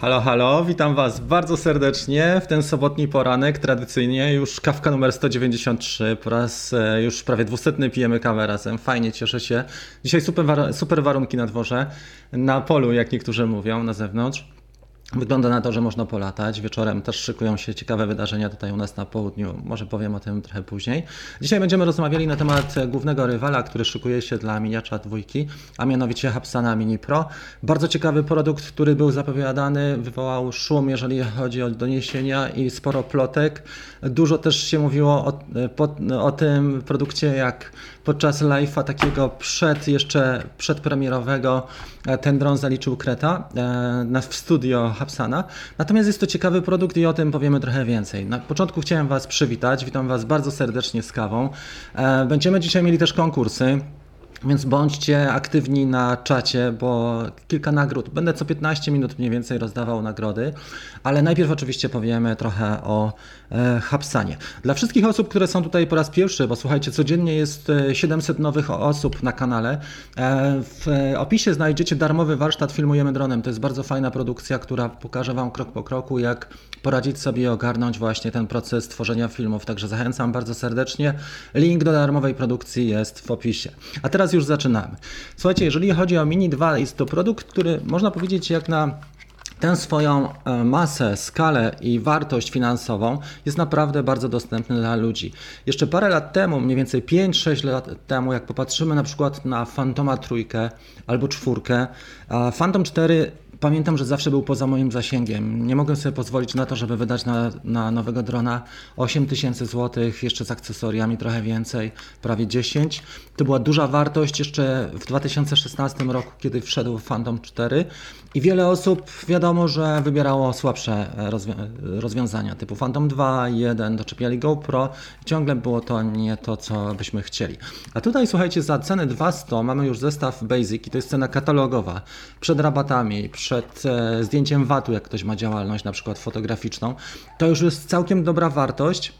Halo, halo, witam Was bardzo serdecznie w ten sobotni poranek. Tradycyjnie już kawka numer 193, po raz już prawie 200 pijemy kawę razem. Fajnie, cieszę się. Dzisiaj super warunki na dworze, na polu, jak niektórzy mówią, na zewnątrz. Wygląda na to, że można polatać. Wieczorem też szykują się ciekawe wydarzenia tutaj u nas na południu. Może powiem o tym trochę później. Dzisiaj będziemy rozmawiali na temat głównego rywala, który szykuje się dla miniacza dwójki, a mianowicie Hubsana Mini Pro. Bardzo ciekawy produkt, który był zapowiadany, wywołał szum, jeżeli chodzi o doniesienia i sporo plotek. Dużo też się mówiło o tym produkcie, jak podczas live'a takiego jeszcze przedpremierowego ten dron zaliczył Kreta w studio Hubsana. Natomiast jest to ciekawy produkt i o tym powiemy trochę więcej. Na początku chciałem Was przywitać, witam Was bardzo serdecznie z kawą. Będziemy dzisiaj mieli też konkursy. Więc bądźcie aktywni na czacie, bo kilka nagród. Będę co 15 minut mniej więcej rozdawał nagrody, ale najpierw oczywiście powiemy trochę o Hubsanie. Dla wszystkich osób, które są tutaj po raz pierwszy, bo słuchajcie, codziennie jest 700 nowych osób na kanale. W opisie znajdziecie darmowy warsztat Filmujemy dronem. To jest bardzo fajna produkcja, która pokaże Wam krok po kroku, jak poradzić sobie i ogarnąć właśnie ten proces tworzenia filmów. Także zachęcam bardzo serdecznie. Link do darmowej produkcji jest w opisie. A teraz już zaczynamy. Słuchajcie, jeżeli chodzi o Mini 2, jest to produkt, który można powiedzieć jak na tę swoją masę, skalę i wartość finansową jest naprawdę bardzo dostępny dla ludzi. Jeszcze parę lat temu, mniej więcej 5-6 lat temu, jak popatrzymy na przykład na Phantoma 3 albo 4, Phantom 4 pamiętam, że zawsze był poza moim zasięgiem. Nie mogłem sobie pozwolić na to, żeby wydać na nowego drona 8 000 złotych, jeszcze z akcesoriami trochę więcej, prawie 10. To była duża wartość jeszcze w 2016 roku, kiedy wszedł Phantom 4 i wiele osób wiadomo, że wybierało słabsze rozwiązania typu Phantom 2, 1, doczepiali GoPro i ciągle było to nie to, co byśmy chcieli. A tutaj słuchajcie, za cenę 200 mamy już zestaw Basic i to jest cena katalogowa, przed rabatami, przed zdjęciem VAT-u, jak ktoś ma działalność na przykład fotograficzną. To już jest całkiem dobra wartość.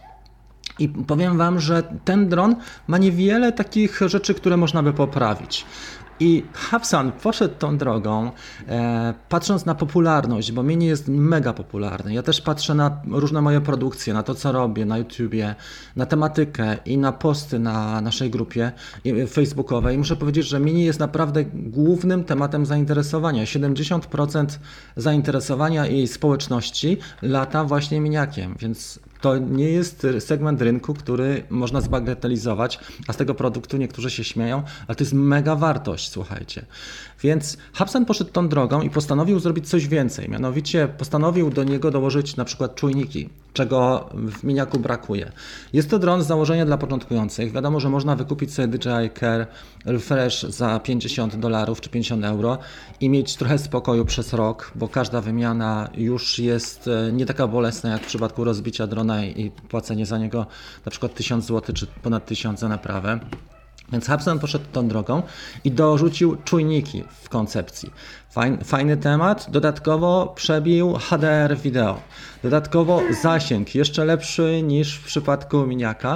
I powiem Wam, że ten dron ma niewiele takich rzeczy, które można by poprawić. I Hubsan poszedł tą drogą, patrząc na popularność, bo Mini jest mega popularny. Ja też patrzę na różne moje produkcje, na to, co robię na YouTubie, na tematykę i na posty na naszej grupie facebookowej. Muszę powiedzieć, że Mini jest naprawdę głównym tematem zainteresowania. 70% zainteresowania jej społeczności lata właśnie miniakiem, więc to nie jest segment rynku, który można zbagatelizować, a z tego produktu niektórzy się śmieją, ale to jest mega wartość, słuchajcie. Więc Hubsan poszedł tą drogą i postanowił zrobić coś więcej, mianowicie postanowił do niego dołożyć na przykład czujniki, czego w miniaku brakuje. Jest to dron z założenia dla początkujących. Wiadomo, że można wykupić sobie DJI Care Refresh za $50 czy 50 euro i mieć trochę spokoju przez rok, bo każda wymiana już jest nie taka bolesna jak w przypadku rozbicia drona i płacenie za niego na przykład 1000 zł czy ponad 1000 za naprawę. Więc Hubsan poszedł tą drogą i dorzucił czujniki w koncepcji. Fajny temat, dodatkowo przebił HDR wideo, dodatkowo zasięg jeszcze lepszy niż w przypadku miniaka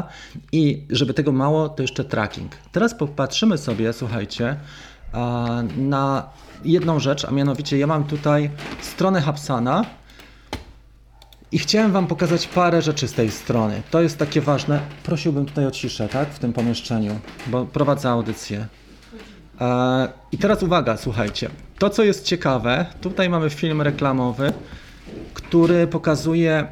i żeby tego mało, to jeszcze tracking. Teraz popatrzymy sobie, słuchajcie, na jedną rzecz, a mianowicie ja mam tutaj stronę Hubsana i chciałem Wam pokazać parę rzeczy z tej strony. To jest takie ważne. Prosiłbym tutaj o ciszę, tak? W tym pomieszczeniu, bo prowadzę audycję. I teraz uwaga, słuchajcie. To, co jest ciekawe, tutaj mamy film reklamowy, który pokazuje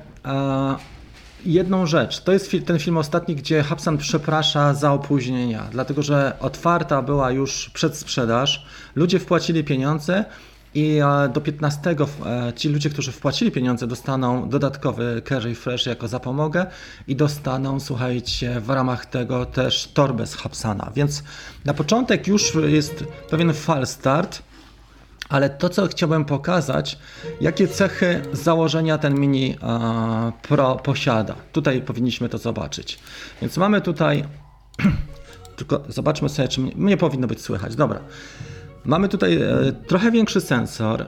jedną rzecz. To jest ten film ostatni, gdzie Hubsan przeprasza za opóźnienia, dlatego że otwarta była już przedsprzedaż. Ludzie wpłacili pieniądze. I do 15 ci ludzie, którzy wpłacili pieniądze, dostaną dodatkowy Care Refresh jako zapomogę i dostaną, słuchajcie, w ramach tego też torbę z Hubsana. Więc na początek już jest pewien fal start, ale to, co chciałbym pokazać, jakie cechy założenia ten Mini Pro posiada. Tutaj powinniśmy to zobaczyć. Więc mamy tutaj, tylko zobaczmy sobie, czy mnie powinno być słychać. Dobra. Mamy tutaj trochę większy sensor,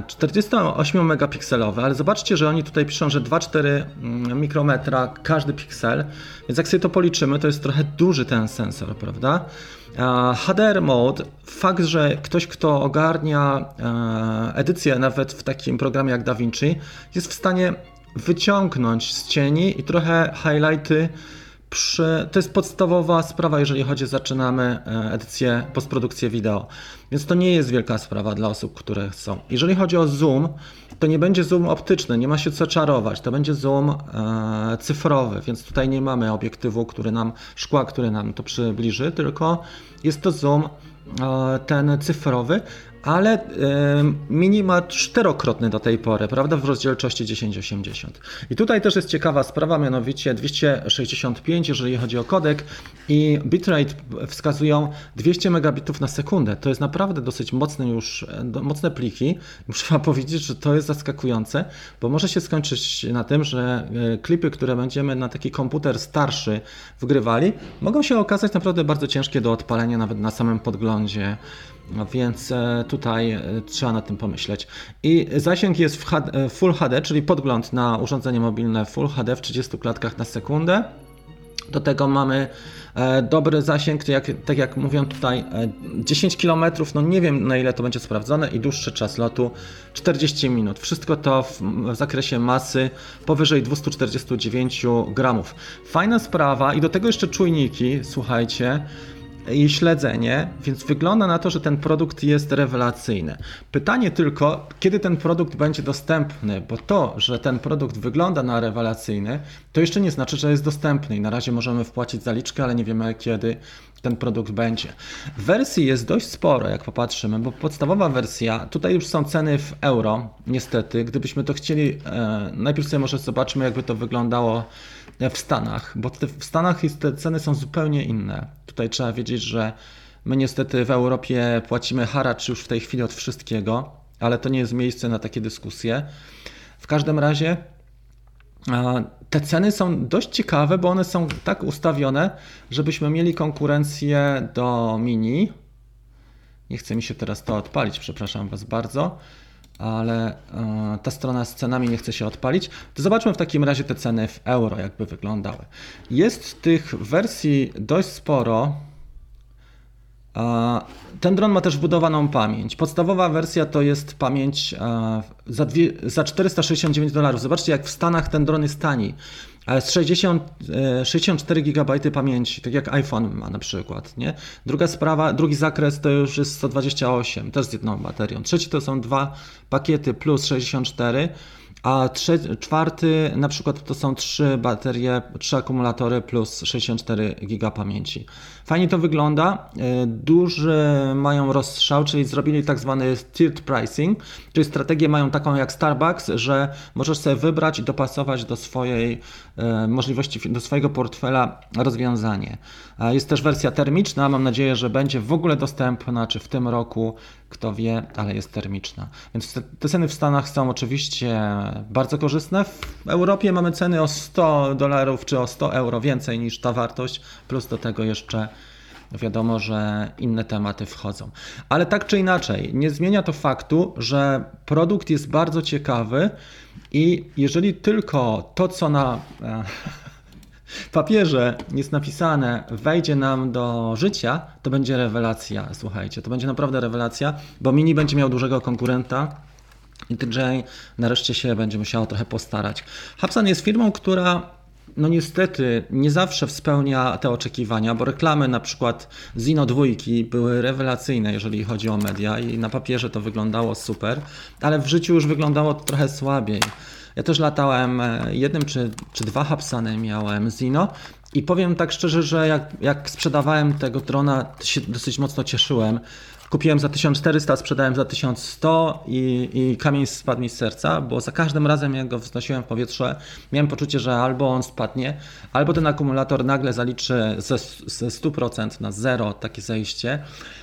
48 megapikselowy, ale zobaczcie, że oni tutaj piszą, że 2,4 mikrometra każdy piksel, więc jak sobie to policzymy, to jest trochę duży ten sensor, prawda? HDR mode, fakt, że ktoś, kto ogarnia edycję nawet w takim programie jak DaVinci, jest w stanie wyciągnąć z cieni i trochę highlighty. To jest podstawowa sprawa, jeżeli chodzi, zaczynamy edycję, postprodukcję wideo. Więc to nie jest wielka sprawa dla osób, które chcą. Jeżeli chodzi o zoom, to nie będzie zoom optyczny, nie ma się co czarować. To będzie zoom cyfrowy, więc tutaj nie mamy obiektywu, szkła, który nam to przybliży, tylko jest to zoom ten cyfrowy, ale Mini ma 4-krotny do tej pory, prawda, w rozdzielczości 1080. I tutaj też jest ciekawa sprawa, mianowicie 265, jeżeli chodzi o kodek, i bitrate wskazują 200 megabitów na sekundę. To jest naprawdę dosyć mocne pliki. Muszę powiedzieć, że to jest zaskakujące, bo może się skończyć na tym, że klipy, które będziemy na taki komputer starszy wgrywali, mogą się okazać naprawdę bardzo ciężkie do odpalenia nawet na samym podglądzie. Więc tutaj trzeba nad tym pomyśleć. I zasięg jest w Full HD, czyli podgląd na urządzenie mobilne Full HD w 30 klatkach na sekundę. Do tego mamy dobry zasięg, tak jak mówię tutaj 10 km, no nie wiem na ile to będzie sprawdzone, i dłuższy czas lotu 40 minut. Wszystko to w zakresie masy powyżej 249 gramów. Fajna sprawa i do tego jeszcze czujniki, słuchajcie, i śledzenie, więc wygląda na to, że ten produkt jest rewelacyjny. Pytanie tylko, kiedy ten produkt będzie dostępny, bo to, że ten produkt wygląda na rewelacyjny, to jeszcze nie znaczy, że jest dostępny i na razie możemy wpłacić zaliczkę, ale nie wiemy, kiedy ten produkt będzie. Wersji jest dość sporo, jak popatrzymy, bo podstawowa wersja, tutaj już są ceny w euro, niestety. Gdybyśmy to chcieli, najpierw sobie może zobaczmy, jakby to wyglądało w Stanach, bo w Stanach te ceny są zupełnie inne. Tutaj trzeba wiedzieć, że my niestety w Europie płacimy haracz już w tej chwili od wszystkiego, ale to nie jest miejsce na takie dyskusje. W każdym razie te ceny są dość ciekawe, bo one są tak ustawione, żebyśmy mieli konkurencję do Mini. Nie chce mi się teraz to odpalić, przepraszam Was bardzo, ale ta strona z cenami nie chce się odpalić. To zobaczmy w takim razie te ceny w euro, jakby wyglądały. Jest tych wersji dość sporo. Ten dron ma też wbudowaną pamięć. Podstawowa wersja to jest pamięć za $469. Zobaczcie, jak w Stanach ten dron jest tani. Ale z 64 GB pamięci, tak jak iPhone ma na przykład. Nie? Druga sprawa, drugi zakres to już jest 128, też z jedną baterią. Trzeci to są 2 pakiety plus 64, a czwarty na przykład to są 3 baterie, 3 akumulatory plus 64 GB pamięci. Fajnie to wygląda, duży mają rozstrzał, czyli zrobili tak zwany tiered pricing, czyli strategię mają taką jak Starbucks, że możesz sobie wybrać i dopasować do swojej możliwości, do swojego portfela rozwiązanie. Jest też wersja termiczna, mam nadzieję, że będzie w ogóle dostępna, czy w tym roku, kto wie, ale jest termiczna. Więc te ceny w Stanach są oczywiście bardzo korzystne. W Europie mamy ceny o $100 czy o 100 euro więcej niż ta wartość, plus do tego jeszcze wiadomo, że inne tematy wchodzą. Ale tak czy inaczej, nie zmienia to faktu, że produkt jest bardzo ciekawy i jeżeli tylko to, co na papierze jest napisane, wejdzie nam do życia, to będzie rewelacja, słuchajcie, to będzie naprawdę rewelacja, bo Mini będzie miał dużego konkurenta i DJI nareszcie się będzie musiało trochę postarać. Hubsan jest firmą, która no niestety nie zawsze spełnia te oczekiwania, bo reklamy na przykład Zino 2 były rewelacyjne, jeżeli chodzi o media i na papierze to wyglądało super, ale w życiu już wyglądało to trochę słabiej. Ja też latałem jednym czy 2 Hubsany miałem Zino i powiem tak szczerze, że jak sprzedawałem tego drona, to się dosyć mocno cieszyłem. Kupiłem za 1400, sprzedałem za 1100 i kamień spadł mi z serca, bo za każdym razem jak go wznosiłem w powietrze, miałem poczucie, że albo on spadnie, albo ten akumulator nagle zaliczy ze 100% na 0 takie zejście,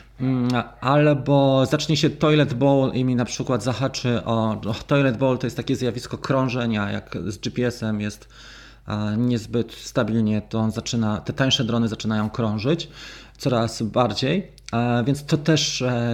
albo zacznie się toilet bowl i mi na przykład zahaczy o toilet bowl, to jest takie zjawisko krążenia, jak z GPS-em jest niezbyt stabilnie, to te tańsze drony zaczynają krążyć coraz bardziej, więc to też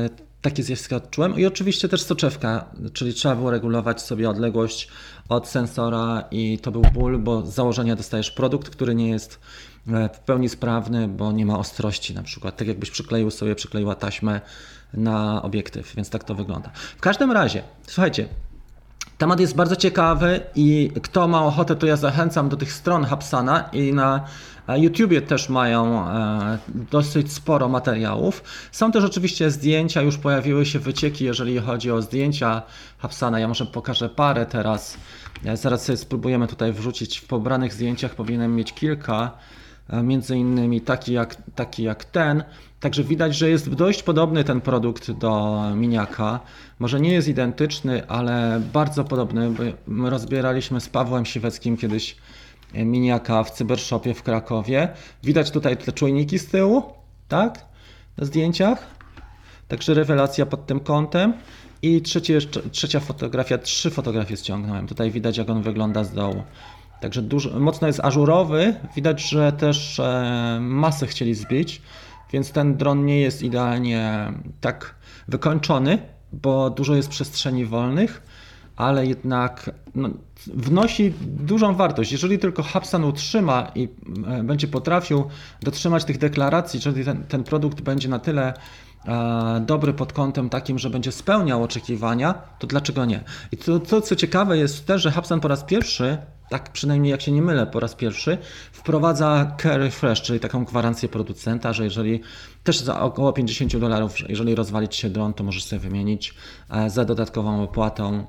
takie zjawiska odczułem. I oczywiście też soczewka, czyli trzeba było regulować sobie odległość od sensora i to był ból, bo z założenia dostajesz produkt, który nie jest w pełni sprawny, bo nie ma ostrości na przykład, tak jakbyś przykleiła taśmę na obiektyw, więc tak to wygląda. W każdym razie, słuchajcie, temat jest bardzo ciekawy i kto ma ochotę, to ja zachęcam do tych stron Hubsana i na YouTubie też mają dosyć sporo materiałów. Są też oczywiście zdjęcia, już pojawiły się wycieki, jeżeli chodzi o zdjęcia Hubsana. Ja może pokażę parę teraz. Zaraz sobie spróbujemy tutaj wrzucić. W pobranych zdjęciach powinienem mieć kilka, między innymi taki jak ten. Także widać, że jest dość podobny ten produkt do miniaka. Może nie jest identyczny, ale bardzo podobny. My rozbieraliśmy z Pawłem Siweckim kiedyś miniaka w Cybershopie w Krakowie. Widać tutaj te czujniki z tyłu, tak? Na zdjęciach. Także rewelacja pod tym kątem. I trzecia fotografia, 3 fotografie ściągnąłem. Tutaj widać, jak on wygląda z dołu. Także mocno jest ażurowy. Widać, że też masę chcieli zbić, więc ten dron nie jest idealnie tak wykończony, bo dużo jest przestrzeni wolnych, ale jednak wnosi dużą wartość. Jeżeli tylko Hubsan utrzyma i będzie potrafił dotrzymać tych deklaracji, czyli ten produkt będzie na tyle dobry pod kątem takim, że będzie spełniał oczekiwania, to dlaczego nie? I to co ciekawe jest też, że Hubsan po raz pierwszy, tak przynajmniej jak się nie mylę, po raz pierwszy wprowadza Carry Fresh, czyli taką gwarancję producenta, że jeżeli też za około $50, jeżeli rozwali ci się dron, to możesz sobie wymienić za dodatkową opłatą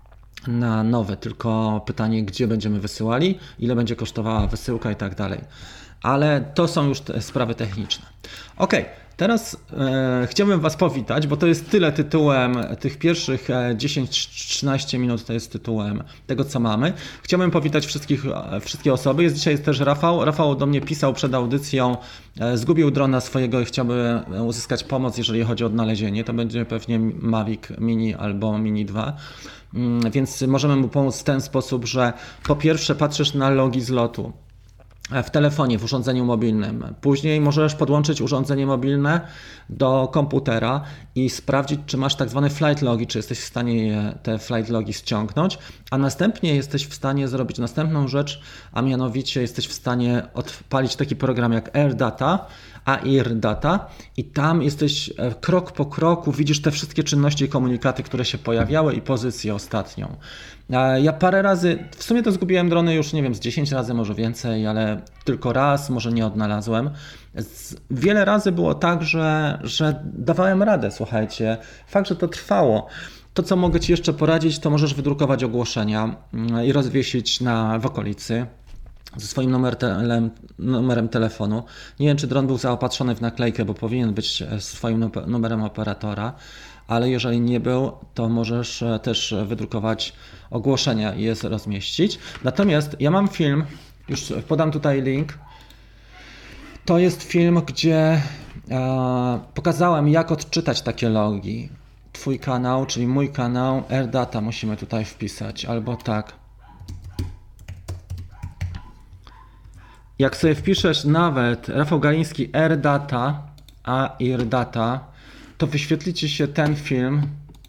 na nowe, tylko pytanie, gdzie będziemy wysyłali, ile będzie kosztowała wysyłka i tak dalej. Ale to są już te sprawy techniczne. Ok, teraz chciałbym Was powitać, bo to jest tyle tytułem, tych pierwszych 10-13 minut to jest tytułem tego, co mamy. Chciałbym powitać wszystkie osoby. Jest dzisiaj też Rafał. Rafał do mnie pisał przed audycją, zgubił drona swojego i chciałby uzyskać pomoc, jeżeli chodzi o odnalezienie. To będzie pewnie Mavic Mini albo Mini 2. Więc możemy mu pomóc w ten sposób, że po pierwsze patrzysz na logi z lotu w telefonie, w urządzeniu mobilnym. Później możesz podłączyć urządzenie mobilne do komputera i sprawdzić, czy masz tak zwane flight logi, czy jesteś w stanie te flight logi ściągnąć, a następnie jesteś w stanie zrobić następną rzecz, a mianowicie jesteś w stanie odpalić taki program jak AirData i tam jesteś krok po kroku, widzisz te wszystkie czynności i komunikaty, które się pojawiały i pozycję ostatnią. Ja parę razy, w sumie to zgubiłem drony już, nie wiem, z 10 razy, może więcej, ale tylko raz, może nie odnalazłem. Wiele razy było tak, że dawałem radę, słuchajcie. Fakt, że to trwało. To, co mogę Ci jeszcze poradzić, to możesz wydrukować ogłoszenia i rozwiesić w okolicy ze swoim numerem telefonu. Nie wiem, czy dron był zaopatrzony w naklejkę, bo powinien być swoim numerem operatora, ale jeżeli nie był, to możesz też wydrukować ogłoszenia i je rozmieścić. Natomiast ja mam film, już podam tutaj link. To jest film, gdzie pokazałem, jak odczytać takie logi. Twój kanał, czyli mój kanał, AirData musimy tutaj wpisać, albo tak. Jak sobie wpiszesz nawet Rafał Galiński AirData, to wyświetli Ci się ten film.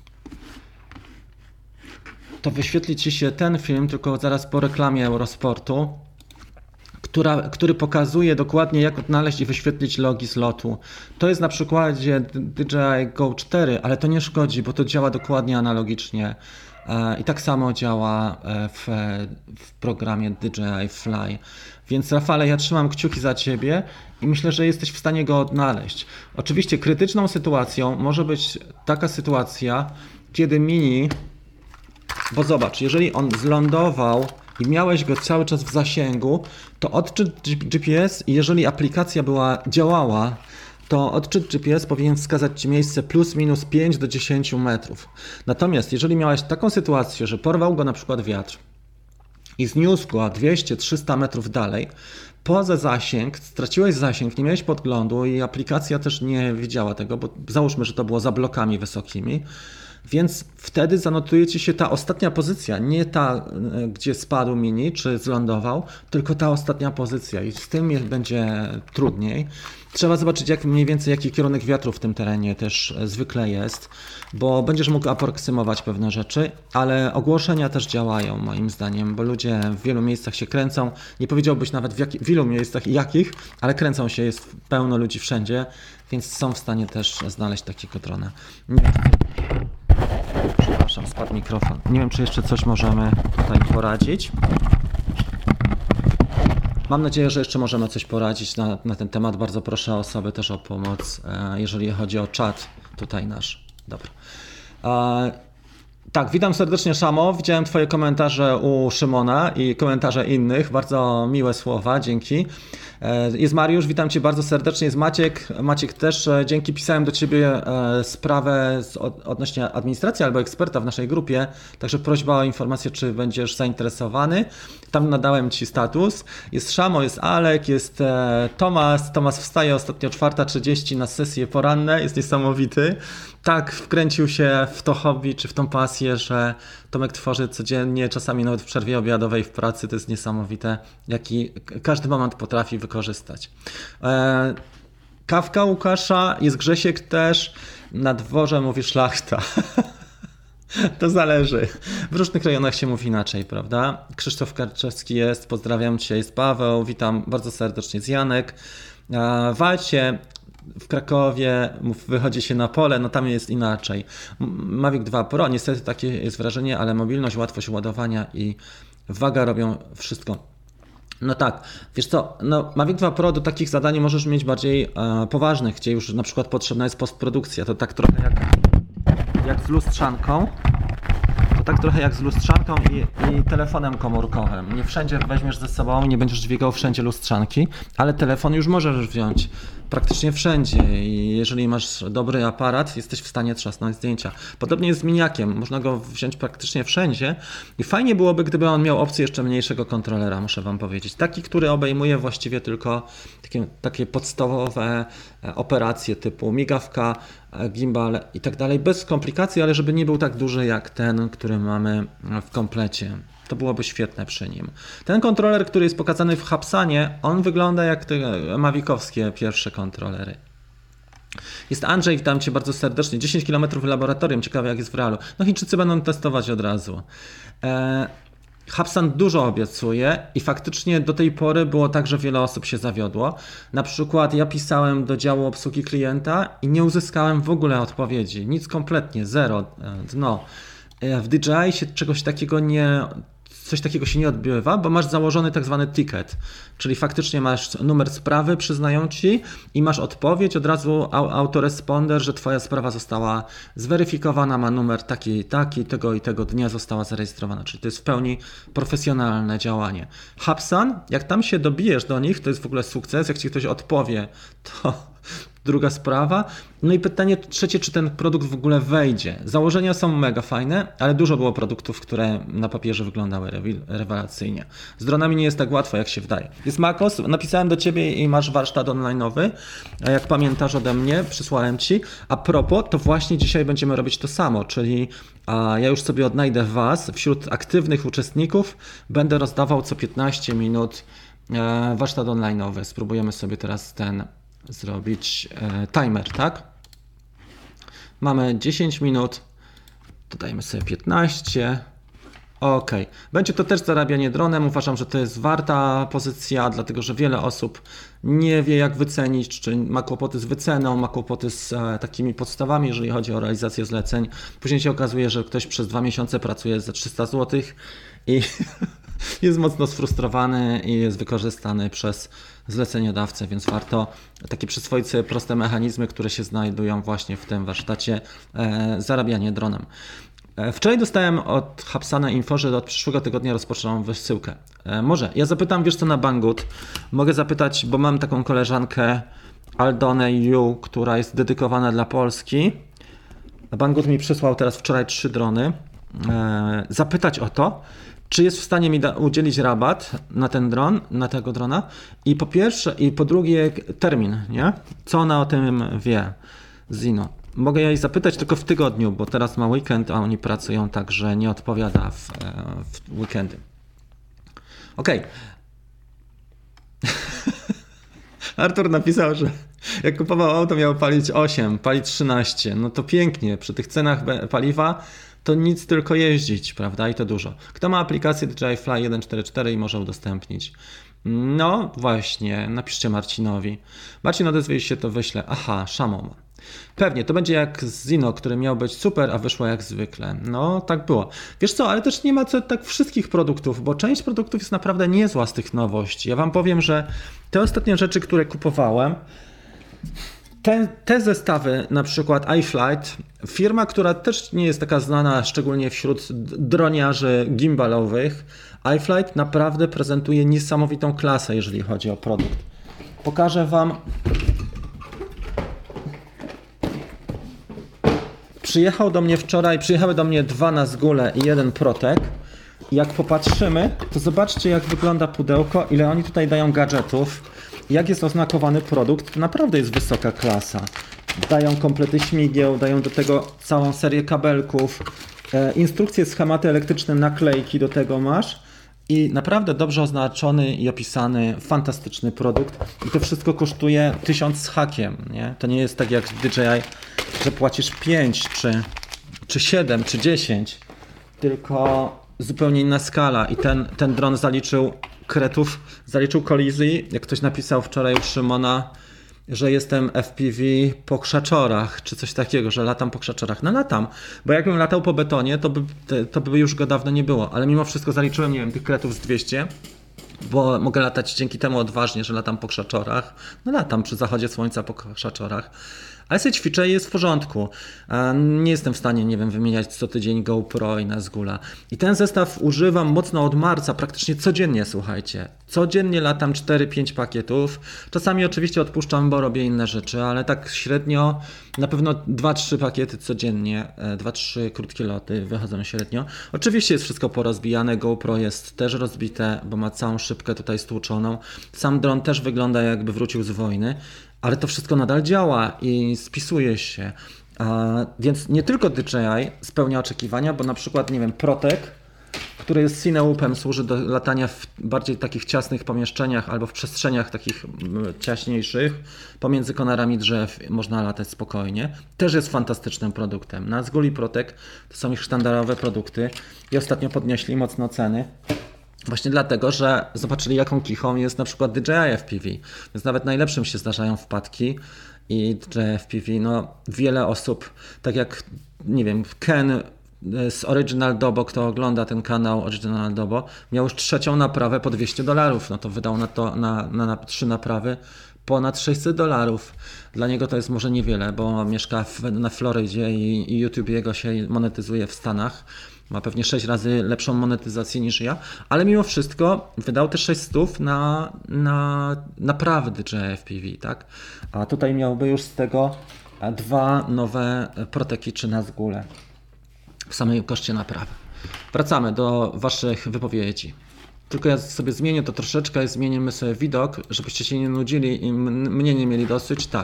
Tylko zaraz po reklamie Eurosportu, który pokazuje dokładnie, jak odnaleźć i wyświetlić logi z lotu. To jest na przykładzie DJI Go 4, ale to nie szkodzi, bo to działa dokładnie analogicznie. I tak samo działa w programie DJI Fly. Więc Rafale, ja trzymam kciuki za Ciebie i myślę, że jesteś w stanie go odnaleźć. Oczywiście krytyczną sytuacją może być taka sytuacja, kiedy Mini, bo zobacz, jeżeli on zlądował i miałeś go cały czas w zasięgu, to odczyt GPS, jeżeli aplikacja działała, to odczyt GPS powinien wskazać Ci miejsce plus minus 5 do 10 metrów. Natomiast jeżeli miałeś taką sytuację, że porwał go na przykład wiatr i zniósł go 200-300 metrów dalej, poza zasięg, straciłeś zasięg, nie miałeś podglądu i aplikacja też nie widziała tego, bo załóżmy, że to było za blokami wysokimi, Więc wtedy zanotuje ci się ta ostatnia pozycja, nie ta, gdzie spadł mini czy zlądował, tylko ta ostatnia pozycja i z tym będzie trudniej. Trzeba zobaczyć mniej więcej jaki kierunek wiatru w tym terenie też zwykle jest, bo będziesz mógł aproksymować pewne rzeczy, ale ogłoszenia też działają moim zdaniem, bo ludzie w wielu miejscach się kręcą, nie powiedziałbyś nawet w ilu miejscach i jakich, ale kręcą się, jest pełno ludzi wszędzie, więc są w stanie też znaleźć takiego drona. Przepraszam, spadł mikrofon. Nie wiem, czy jeszcze coś możemy tutaj poradzić. Mam nadzieję, że jeszcze możemy coś poradzić na ten temat. Bardzo proszę osoby też o pomoc, jeżeli chodzi o czat tutaj nasz. Dobra. Tak, witam serdecznie, Szamo. Widziałem Twoje komentarze u Szymona i komentarze innych. Bardzo miłe słowa, dzięki. Jest Mariusz, witam Cię bardzo serdecznie. Jest Maciek. Maciek też, dzięki. Pisałem do Ciebie sprawę odnośnie administracji albo eksperta w naszej grupie, także prośba o informację, czy będziesz zainteresowany. Tam nadałem Ci status. Jest Szamo, jest Alek, jest Tomasz. Tomasz wstaje ostatnio 4:30 na sesje poranne, jest niesamowity. Tak, wkręcił się w to hobby czy w tą pasję, że Tomek tworzy codziennie, czasami nawet w przerwie obiadowej w pracy. To jest niesamowite, jaki każdy moment potrafi wykorzystać. Kawka Łukasza, jest Grzesiek też, na dworze mówi szlachta. To zależy. W różnych rejonach się mówi inaczej, prawda? Krzysztof Karczewski jest, pozdrawiam Cię, jest Paweł, witam bardzo serdecznie, jest Janek. Walcie, w Krakowie wychodzi się na pole, no tam jest inaczej. Mavic 2 Pro, niestety takie jest wrażenie, ale mobilność, łatwość ładowania i waga robią wszystko. No tak, wiesz co, no Mavic 2 Pro do takich zadań możesz mieć bardziej poważnych, gdzie już na przykład potrzebna jest postprodukcja, to tak trochę jak z lustrzanką. To tak trochę jak z lustrzanką i telefonem komórkowym. Nie wszędzie weźmiesz ze sobą, nie będziesz dźwigał wszędzie lustrzanki, ale telefon już możesz wziąć praktycznie wszędzie i jeżeli masz dobry aparat, jesteś w stanie trzasnąć zdjęcia. Podobnie jest z miniakiem, można go wziąć praktycznie wszędzie i fajnie byłoby, gdyby on miał opcję jeszcze mniejszego kontrolera, muszę Wam powiedzieć. Taki, który obejmuje właściwie tylko takie podstawowe operacje typu migawka, gimbal i tak dalej, bez komplikacji, ale żeby nie był tak duży jak ten, który mamy w komplecie. To byłoby świetne przy nim. Ten kontroler, który jest pokazany w Hubsanie, on wygląda jak te mavicowskie pierwsze kontrolery. Jest Andrzej, witam Cię bardzo serdecznie. 10 km w laboratorium, ciekawe jak jest w realu. No Chińczycy będą testować od razu. Hubsan dużo obiecuje i faktycznie do tej pory było tak, że wiele osób się zawiodło. Na przykład ja pisałem do działu obsługi klienta i nie uzyskałem w ogóle odpowiedzi. Nic kompletnie, zero, dno. W DJI się coś takiego się nie odbywa, bo masz założony tak zwany ticket, czyli faktycznie masz numer sprawy, przyznają Ci i masz odpowiedź, od razu autoresponder, że Twoja sprawa została zweryfikowana, ma numer taki i taki, tego i tego dnia została zarejestrowana, czyli to jest w pełni profesjonalne działanie. Hubsan, jak tam się dobijesz do nich, to jest w ogóle sukces, jak Ci ktoś odpowie, to druga sprawa. No i pytanie trzecie, czy ten produkt w ogóle wejdzie. Założenia są mega fajne, ale dużo było produktów, które na papierze wyglądały rewelacyjnie. Z dronami nie jest tak łatwo, jak się wydaje. Jest Makos, napisałem do Ciebie i masz warsztat online'owy. A jak pamiętasz ode mnie, przysłałem Ci. A propos, to właśnie dzisiaj będziemy robić to samo, czyli ja już sobie odnajdę Was wśród aktywnych uczestników. Będę rozdawał co 15 minut warsztat online'owy. Spróbujemy sobie teraz zrobić timer, tak? Mamy 10 minut, dodajmy sobie 15. Ok, będzie to też zarabianie dronem. Uważam, że to jest warta pozycja, dlatego że wiele osób nie wie jak wycenić, czy ma kłopoty z wyceną, ma kłopoty z takimi podstawami, jeżeli chodzi o realizację zleceń. Później się okazuje, że ktoś przez 2 miesiące pracuje za 300 zł i jest mocno sfrustrowany i jest wykorzystany przez zleceniodawcę, więc warto takie przyswoić sobie proste mechanizmy, które się znajdują właśnie w tym warsztacie zarabianie dronem. Wczoraj dostałem od Hubsana info, że od przyszłego tygodnia rozpoczną wysyłkę. Może ja zapytam, wiesz co, na Banggood. Mogę zapytać, bo mam taką koleżankę Aldonę Yu, która jest dedykowana dla Polski. Banggood mi przysłał teraz wczoraj 3 drony. Zapytać o to, czy jest w stanie mi udzielić rabat na ten dron, na tego drona i po pierwsze i po drugie termin, nie? Co ona o tym wie? Zino. mogę jej zapytać tylko w tygodniu, bo teraz ma weekend, a oni pracują tak, że nie odpowiada w weekendy. Okej. Artur napisał, że jak kupował auto, miał palić 8, palić 13. No to pięknie, przy tych cenach paliwa to nic, tylko jeździć, prawda? I to dużo. Kto ma aplikację DJI Fly 144 i może udostępnić? No właśnie, napiszcie Marcinowi. Marcin, odezwie się, to wyślę. Aha, Szamon. Pewnie, to będzie jak z Zino, który miał być super, a wyszło jak zwykle. No, tak było. Wiesz co, ale też nie ma co tak wszystkich produktów, bo część produktów jest naprawdę niezła z tych nowości. Ja wam powiem, że te ostatnie rzeczy, które kupowałem, te zestawy, na przykład iFlight, firma, która też nie jest taka znana, szczególnie wśród droniarzy gimbalowych, iFlight naprawdę prezentuje niesamowitą klasę, jeżeli chodzi o produkt. Pokażę wam. Przyjechały do mnie 2 Nazgule i 1 Protek. Jak popatrzymy, to zobaczcie, jak wygląda pudełko, ile oni tutaj dają gadżetów, jak jest oznakowany produkt, to naprawdę jest wysoka klasa. Dają komplety śmigieł, dają do tego całą serię kabelków, instrukcje, schematy elektryczne, naklejki do tego masz i naprawdę dobrze oznaczony i opisany, fantastyczny produkt. I to wszystko kosztuje 1000 z hakiem, nie? To nie jest tak jak w DJI, że płacisz 5 czy 7 czy 10, tylko zupełnie inna skala i ten dron zaliczył kolizji, jak ktoś napisał wczoraj u Szymona, że jestem FPV po krzaczorach, czy coś takiego, że latam po krzaczorach. No latam, bo jakbym latał po betonie, to by już go dawno nie było, ale mimo wszystko zaliczyłem, nie wiem, tych kretów z 200, bo mogę latać dzięki temu odważnie, że latam po krzaczorach. No latam przy zachodzie słońca po krzaczorach. Ale sobie ćwiczę i jest w porządku. Nie jestem w stanie, nie wiem, wymieniać co tydzień GoPro i Nazgula. I ten zestaw używam mocno od marca, praktycznie codziennie, słuchajcie. Codziennie latam 4-5 pakietów. Czasami oczywiście odpuszczam, bo robię inne rzeczy, ale tak średnio na pewno 2-3 pakiety codziennie, 2-3 krótkie loty wychodzą średnio. Oczywiście jest wszystko porozbijane, GoPro jest też rozbite, bo ma całą szybkę tutaj stłuczoną. Sam dron też wygląda, jakby wrócił z wojny. Ale to wszystko nadal działa i spisuje się. Więc nie tylko DJI spełnia oczekiwania, bo na przykład, nie wiem, Protek, który jest cineupem, służy do latania w bardziej takich ciasnych pomieszczeniach albo w przestrzeniach takich ciaśniejszych. Pomiędzy konarami drzew można latać spokojnie. Też jest fantastycznym produktem. Nazgul i Protek to są ich sztandarowe produkty i ostatnio podnieśli mocno ceny. Właśnie dlatego, że zobaczyli, jaką kichą jest na przykład DJI FPV. Więc nawet najlepszym się zdarzają wpadki i DJI FPV, no wiele osób, tak jak, nie wiem, Ken z Original Dobo, kto ogląda ten kanał Original Dobo, miał już 3. naprawę po $200, no to wydał na to na 3 naprawy ponad $600. Dla niego to jest może niewiele, bo mieszka na Florydzie i YouTube jego się monetyzuje w Stanach. Ma pewnie 6 razy lepszą monetyzację niż ja, ale mimo wszystko wydał te 600 na naprawy DJI FPV, tak? A tutaj miałby już z tego 2 nowe Proteki czy Nazgule w samej koszcie naprawy. Wracamy do waszych wypowiedzi. Tylko ja sobie zmienię to troszeczkę, zmienimy sobie widok, żebyście się nie nudzili i mnie nie mieli dosyć. Tak.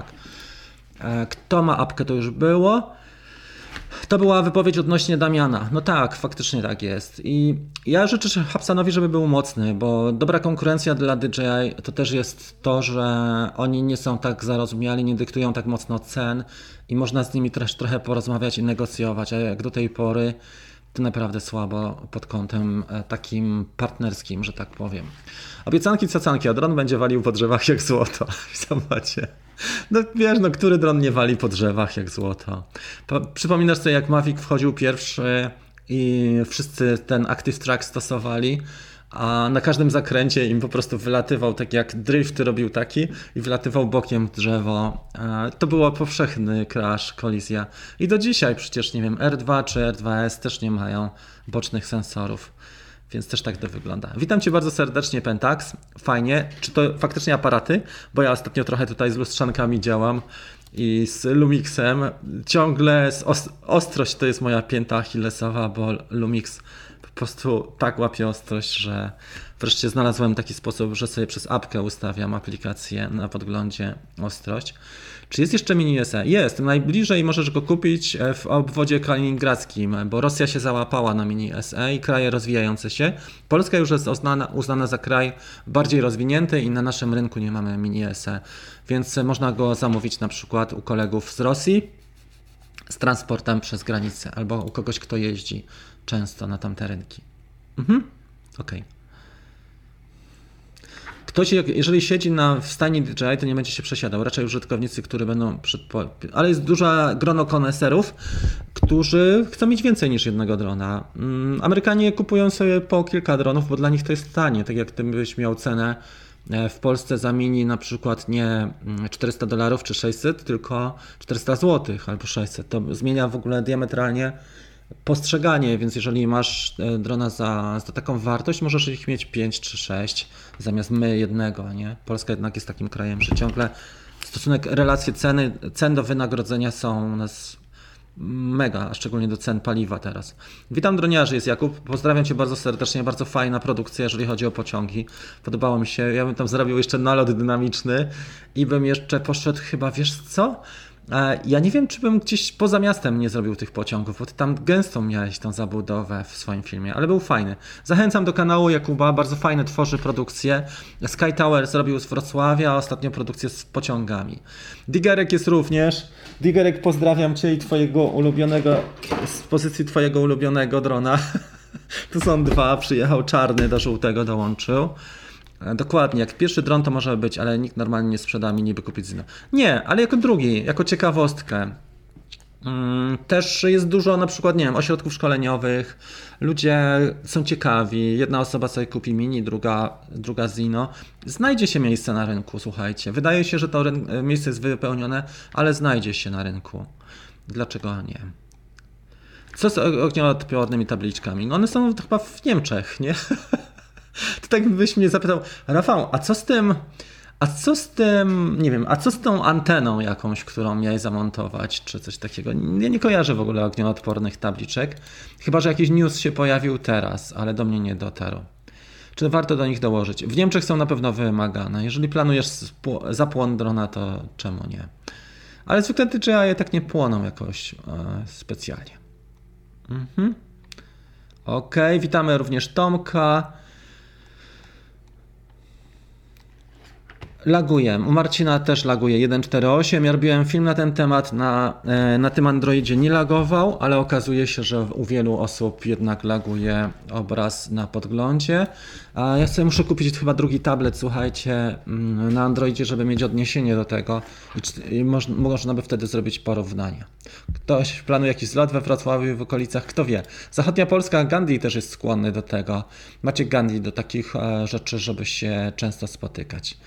Kto ma apkę, to już było. To była wypowiedź odnośnie Damiana. No tak, faktycznie tak jest. I ja życzę Hapsanowi, żeby był mocny, bo dobra konkurencja dla DJI to też jest to, że oni nie są tak zarozumiali, nie dyktują tak mocno cen i można z nimi też trochę porozmawiać i negocjować, a jak do tej pory to naprawdę słabo pod kątem takim partnerskim, że tak powiem. Obiecanki cacanki, a dron będzie walił po drzewach jak złoto. Zobaczcie. No wiesz, no który dron nie wali po drzewach jak złoto? Przypominasz sobie, jak Mavic wchodził pierwszy i wszyscy ten Active Track stosowali, a na każdym zakręcie im po prostu wylatywał, tak jak drift robił taki i wylatywał bokiem w drzewo. To było powszechny crash, kolizja. I do dzisiaj przecież, nie wiem, R2 czy R2S też nie mają bocznych sensorów. Więc też tak to wygląda. Witam Cię bardzo serdecznie, Pentax. Fajnie. Czy to faktycznie aparaty? Bo ja ostatnio trochę tutaj z lustrzankami działam i z Lumixem. Ciągle ostrość to jest moja pięta achillesowa, bo Lumix prostu tak łapie ostrość, że wreszcie znalazłem taki sposób, że sobie przez apkę ustawiam aplikację na podglądzie ostrość. Czy jest jeszcze mini SE? Jest, najbliżej możesz go kupić w obwodzie kaliningradzkim, bo Rosja się załapała na mini SE i kraje rozwijające się. Polska już jest uznana za kraj bardziej rozwinięty i na naszym rynku nie mamy mini SE, więc można go zamówić na przykład u kolegów z Rosji z transportem przez granicę albo u kogoś, kto jeździ często na tamte rynki. Okej. Ktoś, jeżeli siedzi w stanie DJI, to nie będzie się przesiadał. Raczej użytkownicy, którzy będą... Ale jest duże grono koneserów, którzy chcą mieć więcej niż jednego drona. Amerykanie kupują sobie po kilka dronów, bo dla nich to jest tanie. Tak jak ty byś miał cenę w Polsce za mini na przykład nie $400 czy 600, tylko 400 zł albo 600. To zmienia w ogóle diametralnie postrzeganie, więc jeżeli masz drona za taką wartość, możesz ich mieć 5 czy 6 zamiast jednego, nie? Polska jednak jest takim krajem, że ciągle relacje cen do wynagrodzenia są u nas mega, a szczególnie do cen paliwa teraz. Witam droniarzy, jest Jakub, pozdrawiam Cię bardzo serdecznie, bardzo fajna produkcja, jeżeli chodzi o pociągi. Podobało mi się, ja bym tam zrobił jeszcze nalot dynamiczny i bym jeszcze poszedł chyba, wiesz co? Ja nie wiem, czy bym gdzieś poza miastem nie zrobił tych pociągów, bo ty tam gęstą miałeś tą zabudowę w swoim filmie, ale był fajny. Zachęcam do kanału Jakuba, bardzo fajne tworzy produkcje. Sky Tower zrobił z Wrocławia, a ostatnio produkcję z pociągami. Digerek jest również. Digerek, pozdrawiam Cię i Twojego ulubionego, z pozycji Twojego ulubionego drona. Tu są dwa, przyjechał czarny, do żółtego dołączył. Dokładnie, jak pierwszy dron to może być, ale nikt normalnie nie sprzeda mi niby kupić Zino. Nie, ale jako drugi, jako ciekawostkę. Też jest dużo na przykład, nie wiem, ośrodków szkoleniowych, ludzie są ciekawi, jedna osoba sobie kupi mini, druga Zino. Znajdzie się miejsce na rynku, słuchajcie. Wydaje się, że to miejsce jest wypełnione, ale znajdzie się na rynku. Dlaczego nie? Co z ognioodpornymi tabliczkami? No one są chyba w Niemczech, nie? To tak byś mnie zapytał, Rafał, a co z tym, nie wiem, a co z tą anteną jakąś, którą miałeś zamontować, czy coś takiego? Ja nie kojarzę w ogóle ognioodpornych tabliczek, chyba że jakiś news się pojawił teraz, ale do mnie nie dotarł. Czy warto do nich dołożyć? W Niemczech są na pewno wymagane. Jeżeli planujesz zapłon drona, to czemu nie? Ale zwykle DJI tak nie płoną jakoś specjalnie. Okej, witamy również Tomka. Laguje. U Marcina też laguje 1.4.8. Ja robiłem film na ten temat, na tym Androidzie nie lagował, ale okazuje się, że u wielu osób jednak laguje obraz na podglądzie. A ja sobie muszę kupić chyba drugi tablet, słuchajcie, na Androidzie, żeby mieć odniesienie do tego i można by wtedy zrobić porównanie. Ktoś planuje jakiś zlot we Wrocławiu, w okolicach, kto wie. Zachodnia Polska, Gandhi też jest skłonny do tego. Macie Gandhi do takich rzeczy, żeby się często spotykać.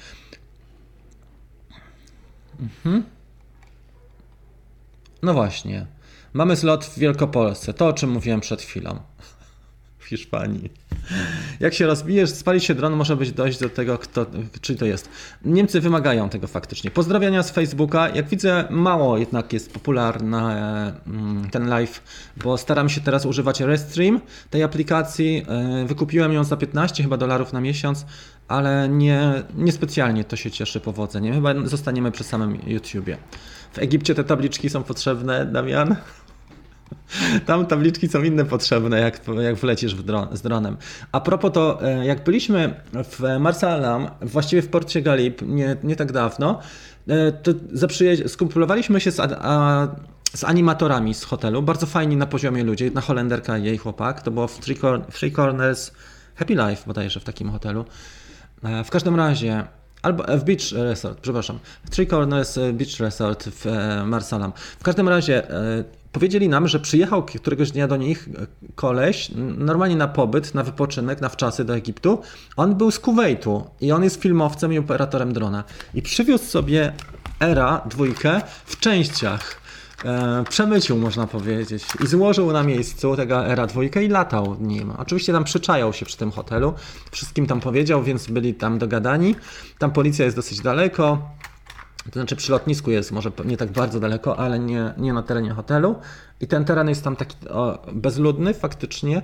No właśnie. Mamy zlot w Wielkopolsce. To, o czym mówiłem przed chwilą. W Hiszpanii. Jak się rozbijesz, spali się dron, może być dojść do tego, czy to jest. Niemcy wymagają tego faktycznie. Pozdrowienia z Facebooka. Jak widzę, mało jednak jest popularny ten live, bo staram się teraz używać Restream tej aplikacji. Wykupiłem ją za 15 chyba dolarów na miesiąc, ale nie specjalnie to się cieszy powodzeniem. Chyba zostaniemy przy samym YouTubie. W Egipcie te tabliczki są potrzebne, Damian? Tam tabliczki są inne potrzebne, jak wlecisz z dronem. A propos to, jak byliśmy w Marsalam, właściwie w Porcie Galip, nie tak dawno, to skumplowaliśmy się z animatorami z hotelu. Bardzo fajni na poziomie ludzie. Jedna Holenderka i jej chłopak. To było w Three Corners Happy Life bodajże w takim hotelu. W każdym razie, albo w Beach Resort, przepraszam. W Three Corners Beach Resort w Marsalam. W każdym razie powiedzieli nam, że przyjechał któregoś dnia do nich koleś, normalnie na pobyt, na wypoczynek, na wczasy do Egiptu. On był z Kuwejtu i on jest filmowcem i operatorem drona. I przywiózł sobie Era 2 w częściach. Przemycił, można powiedzieć, i złożył na miejscu tego Era 2 i latał nim. Oczywiście tam przyczajał się przy tym hotelu, wszystkim tam powiedział, więc byli tam dogadani. Tam policja jest dosyć daleko, to znaczy przy lotnisku jest może nie tak bardzo daleko, ale nie na terenie hotelu. I ten teren jest tam taki bezludny faktycznie.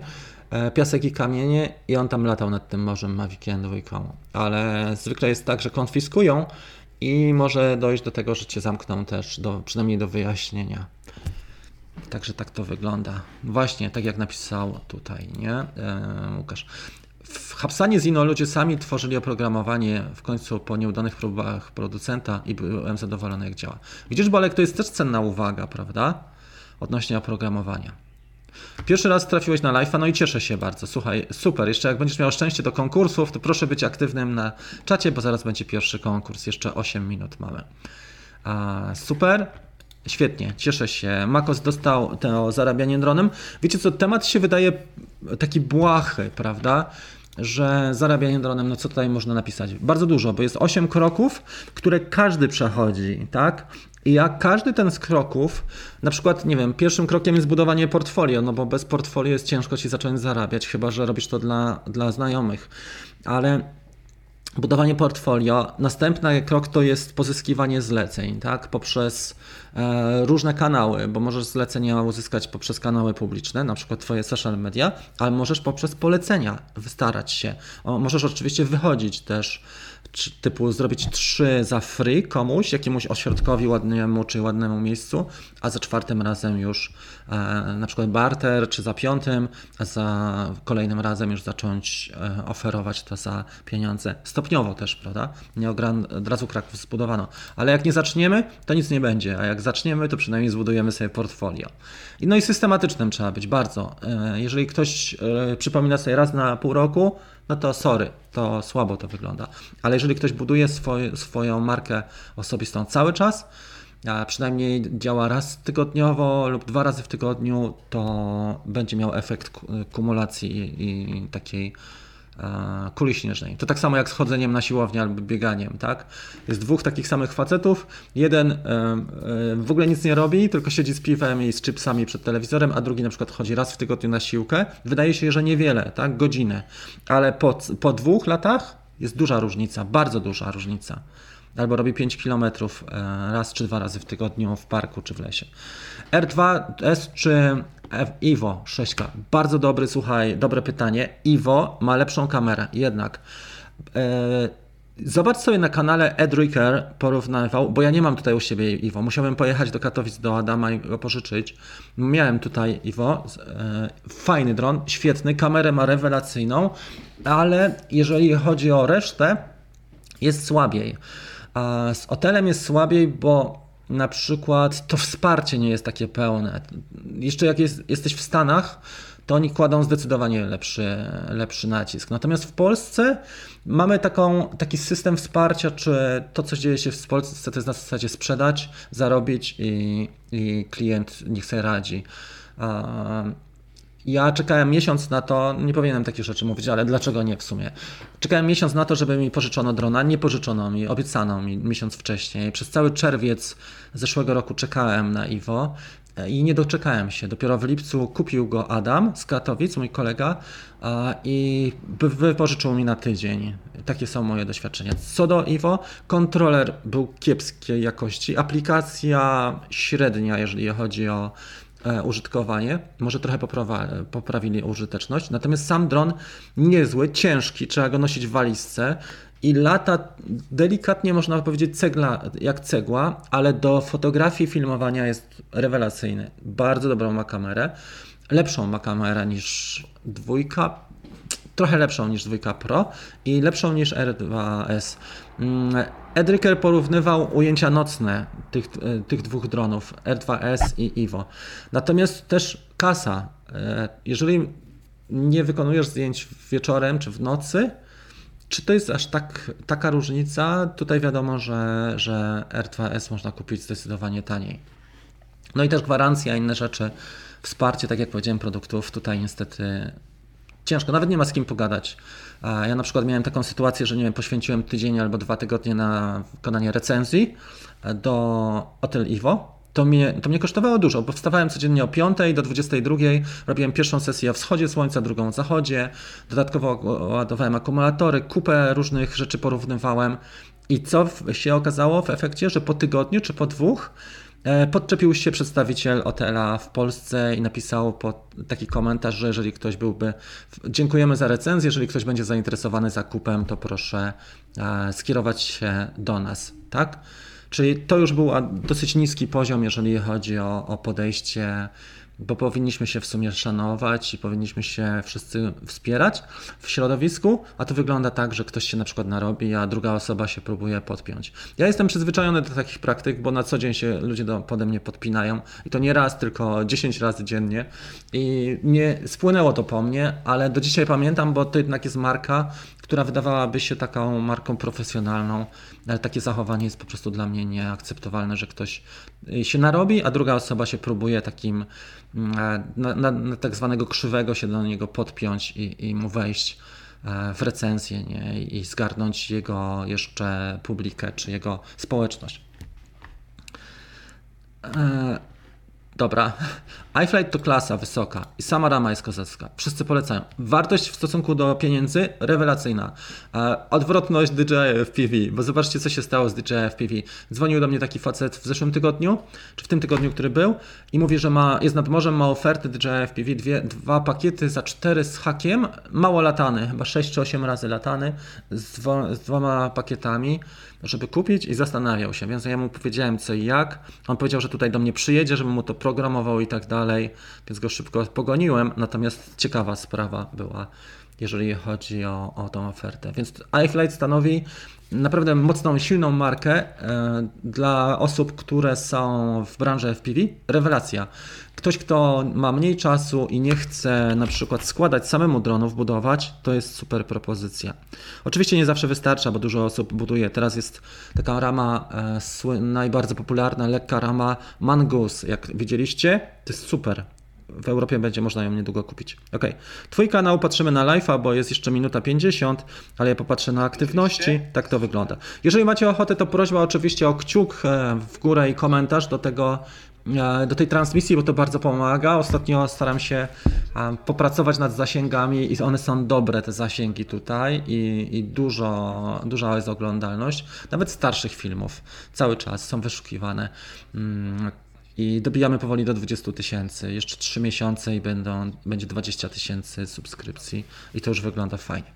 piasek i kamienie i on tam latał nad tym morzem Maviciem 2, ale zwykle jest tak, że konfiskują i może dojść do tego, że cię zamkną też, przynajmniej do wyjaśnienia. Także tak to wygląda. Właśnie, tak jak napisał tutaj, nie? Łukasz. W Hubsanie Zino ludzie sami tworzyli oprogramowanie w końcu po nieudanych próbach producenta i byłem zadowolony, jak działa. Widzisz, Bolek, to jest też cenna uwaga, prawda? Odnośnie oprogramowania. Pierwszy raz trafiłeś na live'a, no i cieszę się bardzo. Słuchaj, super, jeszcze jak będziesz miał szczęście do konkursów, to proszę być aktywnym na czacie, bo zaraz będzie pierwszy konkurs, jeszcze 8 minut mamy. Super. Świetnie, cieszę się. Makos dostał to zarabianie dronem. Wiecie co, temat się wydaje taki błahy, prawda? Że zarabianie dronem, no co tutaj można napisać? Bardzo dużo, bo jest 8 kroków, które każdy przechodzi, tak? I jak każdy ten z kroków, na przykład, nie wiem, pierwszym krokiem jest budowanie portfolio, no bo bez portfolio jest ciężko ci zacząć zarabiać, chyba że robisz to dla znajomych. Ale budowanie portfolio. Następny krok to jest pozyskiwanie zleceń, tak? Poprzez różne kanały, bo możesz zlecenia uzyskać poprzez kanały publiczne, na przykład twoje social media, ale możesz poprzez polecenia wystarać się. Możesz oczywiście wychodzić też, typu zrobić 3 za free komuś, jakiemuś ośrodkowi ładnemu czy ładnemu miejscu, a za 4 razem już na przykład barter, czy za 5, a za kolejnym razem już zacząć oferować to za pieniądze. Stopniowo też, prawda? Nie od razu Kraków zbudowano. Ale jak nie zaczniemy, to nic nie będzie, a jak zaczniemy, to przynajmniej zbudujemy sobie portfolio. No i systematycznym trzeba być bardzo. Jeżeli ktoś przypomina sobie raz na pół roku, no to sorry, to słabo to wygląda. Ale jeżeli ktoś buduje swoją markę osobistą cały czas, a przynajmniej działa raz tygodniowo lub 2 razy w tygodniu, to będzie miał efekt kumulacji i takiej kuli śnieżnej. To tak samo jak z chodzeniem na siłownię albo bieganiem, tak? Jest 2 takich samych facetów, jeden w ogóle nic nie robi, tylko siedzi z piwem i z chipsami przed telewizorem, a drugi na przykład chodzi raz w tygodniu na siłkę. Wydaje się, że niewiele, tak? Godzinę. Ale po 2 latach jest duża różnica, bardzo duża różnica. Albo robi 5 km raz czy 2 razy w tygodniu w parku czy w lesie. R2S czy Evo 6K? Bardzo dobry, słuchaj, dobre pytanie. Evo ma lepszą kamerę, jednak. Zobacz sobie na kanale Edricker, porównywał, bo ja nie mam tutaj u siebie Evo. Musiałem pojechać do Katowic do Adama i go pożyczyć. Miałem tutaj Evo, fajny dron, świetny, kamerę ma rewelacyjną, ale jeżeli chodzi o resztę, jest słabiej. A z Otelem jest słabiej, bo na przykład to wsparcie nie jest takie pełne. Jeszcze jak jesteś w Stanach, to oni kładą zdecydowanie lepszy nacisk. Natomiast w Polsce mamy taki system wsparcia, czy to, co dzieje się w Polsce, to jest na zasadzie sprzedać, zarobić i klient niech sobie radzi. Ja czekałem miesiąc na to, nie powinienem takich rzeczy mówić, ale dlaczego nie w sumie? Czekałem miesiąc na to, żeby mi pożyczono drona, nie pożyczono mi, obiecano mi miesiąc wcześniej. Przez cały czerwiec zeszłego roku czekałem na Evo i nie doczekałem się. Dopiero w lipcu kupił go Adam z Katowic, mój kolega, i wypożyczył mi na tydzień. Takie są moje doświadczenia. Co do Evo, kontroler był kiepskiej jakości, aplikacja średnia, jeżeli chodzi o użytkowanie, może trochę poprawili użyteczność, natomiast sam dron niezły, ciężki, trzeba go nosić w walizce i lata delikatnie, można powiedzieć, jak cegła, ale do fotografii, filmowania jest rewelacyjny. Bardzo dobrą ma kamerę, lepszą ma kamerę niż 2, trochę lepszą niż 2 Pro i lepszą niż R2S. Edricker porównywał ujęcia nocne tych 2 dronów, R2S i Evo. Natomiast też kasa. Jeżeli nie wykonujesz zdjęć wieczorem czy w nocy, czy to jest aż taka różnica? Tutaj wiadomo, że R2S można kupić zdecydowanie taniej. No i też gwarancja, inne rzeczy, wsparcie, tak jak powiedziałem, produktów. Tutaj niestety ciężko, nawet nie ma z kim pogadać. Ja na przykład miałem taką sytuację, że nie wiem, poświęciłem tydzień albo 2 tygodnie na wykonanie recenzji do Otel Evo. To mnie kosztowało dużo, bo wstawałem codziennie o 5 do 22, robiłem pierwszą sesję o wschodzie słońca, drugą o zachodzie, dodatkowo ładowałem akumulatory, kupę różnych rzeczy porównywałem i co się okazało w efekcie, że po tygodniu czy po 2 Podczepił się przedstawiciel Otela w Polsce i napisał taki komentarz, że jeżeli ktoś byłby, dziękujemy za recenzję, jeżeli ktoś będzie zainteresowany zakupem, to proszę skierować się do nas, tak? Czyli to już był dosyć niski poziom, jeżeli chodzi o podejście, bo powinniśmy się w sumie szanować i powinniśmy się wszyscy wspierać w środowisku, a to wygląda tak, że ktoś się na przykład narobi, a druga osoba się próbuje podpiąć. Ja jestem przyzwyczajony do takich praktyk, bo na co dzień się ludzie pode mnie podpinają i to nie raz, tylko 10 razy dziennie i nie spłynęło to po mnie, ale do dzisiaj pamiętam, bo to jednak jest marka, która wydawałaby się taką marką profesjonalną, ale takie zachowanie jest po prostu dla mnie nieakceptowalne, że ktoś się narobi, a druga osoba się próbuje takim na tak zwanego krzywego się do niego podpiąć i mu wejść w recenzję, nie? I zgarnąć jego jeszcze publikę czy jego społeczność. Dobra. iFlight to klasa wysoka i sama rama jest kozacka. Wszyscy polecają. Wartość w stosunku do pieniędzy rewelacyjna. Odwrotność DJI FPV, bo zobaczcie, co się stało z DJI FPV. Dzwonił do mnie taki facet w zeszłym tygodniu, czy w tym tygodniu, który był, i mówi, że jest nad morzem, ma ofertę DJI FPV, dwa pakiety za 4 z hakiem, mało latany, chyba 6 czy 8 razy latany, z dwoma pakietami, żeby kupić, i zastanawiał się, więc ja mu powiedziałem co i jak. On powiedział, że tutaj do mnie przyjedzie, żebym mu to programował i tak dalej, więc go szybko pogoniłem, natomiast ciekawa sprawa była, jeżeli chodzi o tą ofertę. Więc iFlight stanowi naprawdę mocną, silną markę dla osób, które są w branży FPV. Rewelacja. Ktoś, kto ma mniej czasu i nie chce na przykład składać samemu dronów, budować, to jest super propozycja. Oczywiście nie zawsze wystarcza, bo dużo osób buduje. Teraz jest taka rama najbardziej popularna, lekka rama Mongoose. Jak widzieliście, to jest super. W Europie będzie można ją niedługo kupić. Ok. Twój kanał patrzymy na live'a, bo jest jeszcze minuta 50, ale ja popatrzę na aktywności. Tak to wygląda. Jeżeli macie ochotę, to prośba oczywiście o kciuk w górę i komentarz do tej transmisji, bo to bardzo pomaga. Ostatnio staram się popracować nad zasięgami i one są dobre, te zasięgi tutaj, i duża jest oglądalność. Nawet starszych filmów cały czas są wyszukiwane. I dobijamy powoli do 20 000. Jeszcze 3 miesiące i będzie 20 000 subskrypcji i to już wygląda fajnie.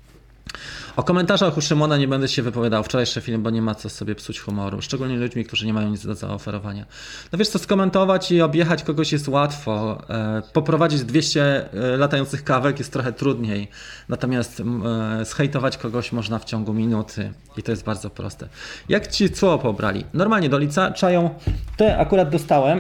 O komentarzach u Szymona nie będę się wypowiadał. Wczorajszy film, bo nie ma co sobie psuć humoru. Szczególnie ludźmi, którzy nie mają nic do zaoferowania. No wiesz co, skomentować i objechać kogoś jest łatwo. Poprowadzić 200 latających kawek jest trochę trudniej. Natomiast zhejtować kogoś można w ciągu minuty. I to jest bardzo proste. Jak ci cło pobrali? Normalnie doliczają. Te akurat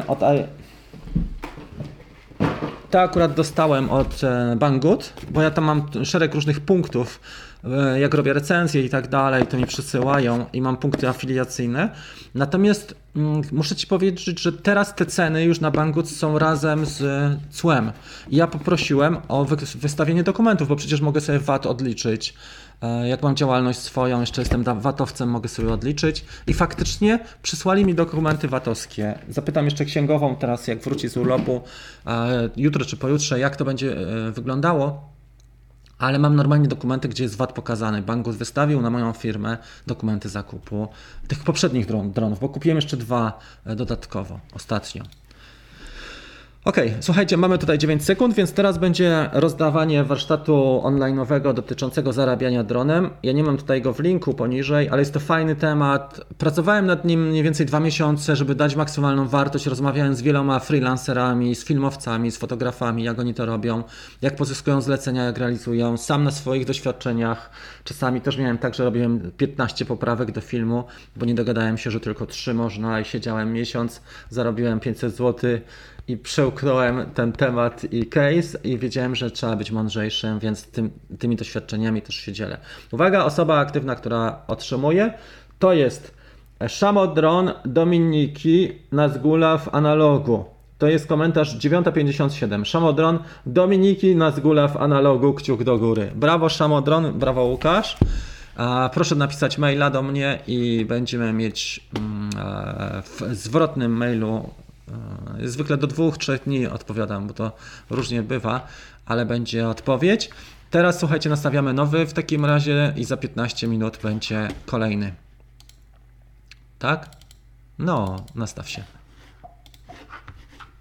dostałem od Banggood, bo ja tam mam szereg różnych punktów, jak robię recenzje i tak dalej, to mi przysyłają i mam punkty afiliacyjne. Natomiast muszę Ci powiedzieć, że teraz te ceny już na Banggood są razem z cłem. I ja poprosiłem o wystawienie dokumentów, bo przecież mogę sobie VAT odliczyć. Jak mam działalność swoją, jeszcze jestem VAT-owcem, mogę sobie odliczyć. I faktycznie przysłali mi dokumenty VAT-owskie. Zapytam jeszcze księgową teraz, jak wróci z urlopu, jutro czy pojutrze, jak to będzie wyglądało. Ale mam normalnie dokumenty, gdzie jest VAT pokazany. Banggood wystawił na moją firmę dokumenty zakupu tych poprzednich dronów, bo kupiłem jeszcze 2 dodatkowo, ostatnio. Ok, słuchajcie, mamy tutaj 9 sekund, więc teraz będzie rozdawanie warsztatu online'owego dotyczącego zarabiania dronem. Ja nie mam tutaj go w linku poniżej, ale jest to fajny temat. Pracowałem nad nim mniej więcej 2 miesiące, żeby dać maksymalną wartość. Rozmawiałem z wieloma freelancerami, z filmowcami, z fotografami, jak oni to robią, jak pozyskują zlecenia, jak realizują. Sam na swoich doświadczeniach. Czasami też miałem tak, że robiłem 15 poprawek do filmu, bo nie dogadałem się, że tylko 3 można, i siedziałem miesiąc, zarobiłem 500 zł. I przełknąłem ten temat i case i wiedziałem, że trzeba być mądrzejszym, więc tymi doświadczeniami też się dzielę. Uwaga, osoba aktywna, która otrzymuje, to jest Szamodron Dominiki Nazgula w analogu. To jest komentarz 9:57. Szamodron Dominiki Nazgula w analogu, kciuk do góry. Brawo Szamodron, brawo Łukasz. Proszę napisać maila do mnie i będziemy mieć w zwrotnym mailu. Zwykle do 2-3 dni odpowiadam, bo to różnie bywa, ale będzie odpowiedź. Teraz słuchajcie, nastawiamy nowy w takim razie i za 15 minut będzie kolejny. Tak? No, nastaw się.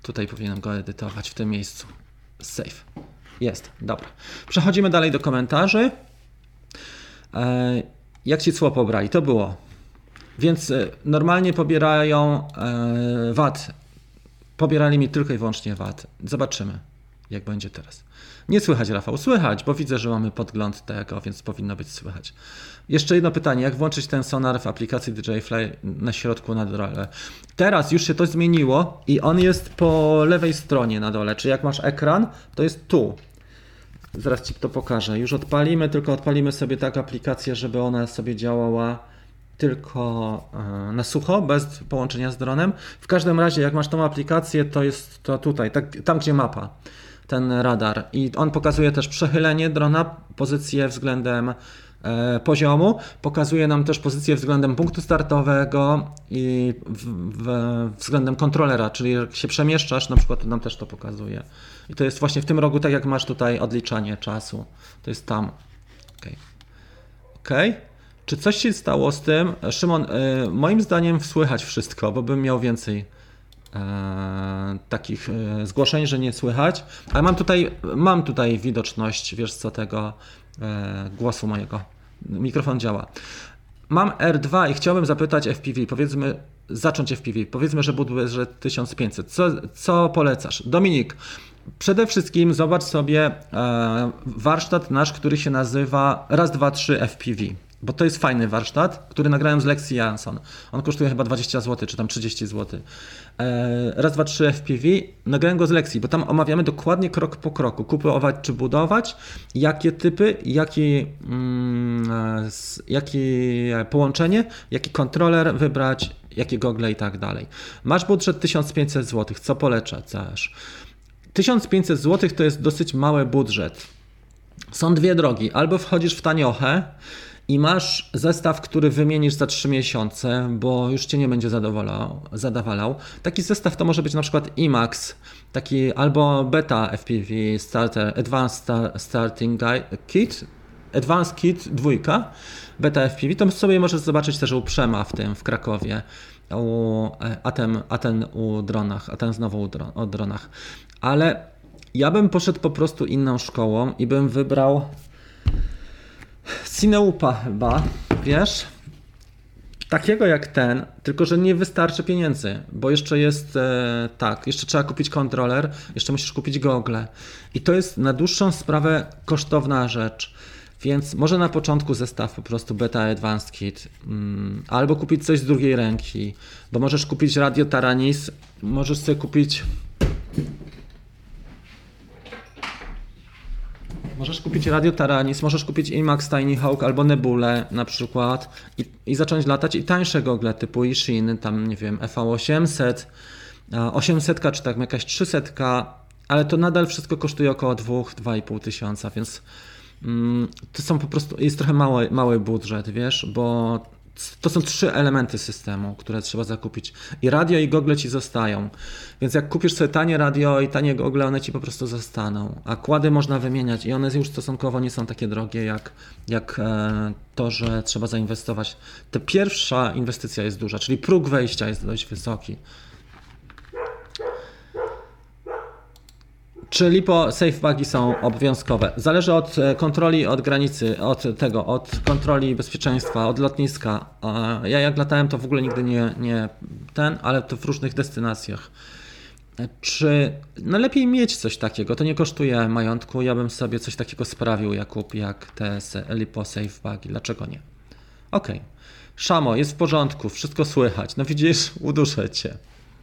Tutaj powinienem go edytować w tym miejscu. Save. Jest, dobra. Przechodzimy dalej do komentarzy. Jak ci cło pobrali? To było. Więc normalnie pobierają VAT. Pobierali mi tylko i wyłącznie VAT. Zobaczymy, jak będzie teraz. Nie słychać, Rafał. Słychać, bo widzę, że mamy podgląd tego, więc powinno być słychać. Jeszcze jedno pytanie. Jak włączyć ten sonar w aplikacji DJI Fly na środku na dole? Teraz już się to zmieniło i on jest po lewej stronie na dole. Czyli jak masz ekran, to jest tu. Zaraz ci to pokażę. Już odpalimy, tylko odpalimy sobie tak aplikację, żeby ona sobie działała tylko na sucho, bez połączenia z dronem. W każdym razie, jak masz tą aplikację, to jest to tutaj, tak, tam gdzie mapa, ten radar. I on pokazuje też przechylenie drona, pozycję względem poziomu, pokazuje nam też pozycję względem punktu startowego i względem kontrolera, czyli jak się przemieszczasz, na przykład nam też to pokazuje. I to jest właśnie w tym rogu, tak jak masz tutaj odliczanie czasu. To jest tam. Ok. Czy coś się stało z tym? Szymon, moim zdaniem słychać wszystko, bo bym miał więcej takich zgłoszeń, że nie słychać. Ale mam tutaj widoczność, wiesz co, tego głosu mojego. Mikrofon działa. Mam R2 i chciałbym zapytać FPV, zacząć FPV. Powiedzmy, że budżet 1500. Co polecasz? Dominik, przede wszystkim zobacz sobie warsztat nasz, który się nazywa Raz, 2, 3 FPV. Bo to jest fajny warsztat, który nagrałem z Lexi Jansson. On kosztuje chyba 20 zł, czy tam 30 zł. Raz, 2, 3 FPV. Nagrałem go z Lexi, bo tam omawiamy dokładnie krok po kroku. Kupować czy budować, jakie typy, jakie połączenie, jaki kontroler wybrać, jakie gogle i tak dalej. Masz budżet 1500 zł, co polecasz? 1500 zł to jest dosyć mały budżet. Są dwie drogi. Albo wchodzisz w taniochę i masz zestaw, który wymienisz za 3 miesiące, bo już cię nie będzie zadawalał. Taki zestaw to może być na przykład IMAX, taki albo Beta FPV Starter, Advanced Starting Kit, Advanced Kit 2, Beta FPV, to sobie możesz zobaczyć też u Przema w Krakowie, a ten znowu o dronach. Ale ja bym poszedł po prostu inną szkołą i bym wybrał Cineupa chyba, wiesz? Takiego jak ten, tylko że nie wystarczy pieniędzy, bo jeszcze jest jeszcze trzeba kupić kontroler, jeszcze musisz kupić gogle. I to jest na dłuższą sprawę kosztowna rzecz. Więc może na początku zestaw po prostu Beta Advanced Kit, albo kupić coś z drugiej ręki, bo możesz kupić radio Taranis, możesz sobie kupić radio Taranis, możesz kupić IMAX Tiny Hawk albo Nebulę na przykład i zacząć latać i tańsze gogle typu Ishin, tam nie wiem, EV800, 800 czy tak jakaś 300, ale to nadal wszystko kosztuje około 2-2,5 tysiąca, więc to są po prostu, jest trochę mały budżet, wiesz, bo to są 3 elementy systemu, które trzeba zakupić. I radio i gogle ci zostają. Więc jak kupisz sobie tanie radio i tanie gogle, one ci po prostu zostaną. A kłady można wymieniać i one już stosunkowo nie są takie drogie jak to, że trzeba zainwestować. Ta pierwsza inwestycja jest duża, czyli próg wejścia jest dość wysoki. Czy LiPo safe bagi są obowiązkowe? Zależy od kontroli, od granicy, od kontroli bezpieczeństwa, od lotniska. Ja jak latałem, to w ogóle nigdy nie ale to w różnych destynacjach. Lepiej mieć coś takiego, to nie kosztuje majątku, ja bym sobie coś takiego sprawił, Jakub, jak te LiPo safe bagi, dlaczego nie? Okej. Szamo, jest w porządku, wszystko słychać, no widzisz, uduszę cię.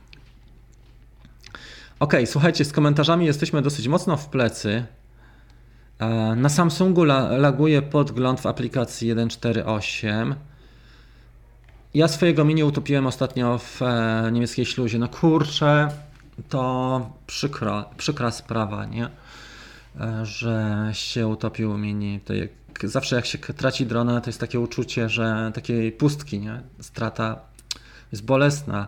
Okej, słuchajcie, z komentarzami jesteśmy dosyć mocno w plecy. Na Samsungu laguje podgląd w aplikacji 1.4.8. Ja swojego mini utopiłem ostatnio w niemieckiej śluzie. No kurczę, to przykra sprawa, nie? Że się utopił mini. To zawsze jak się traci drona, to jest takie uczucie, że takiej pustki, nie? Strata jest bolesna.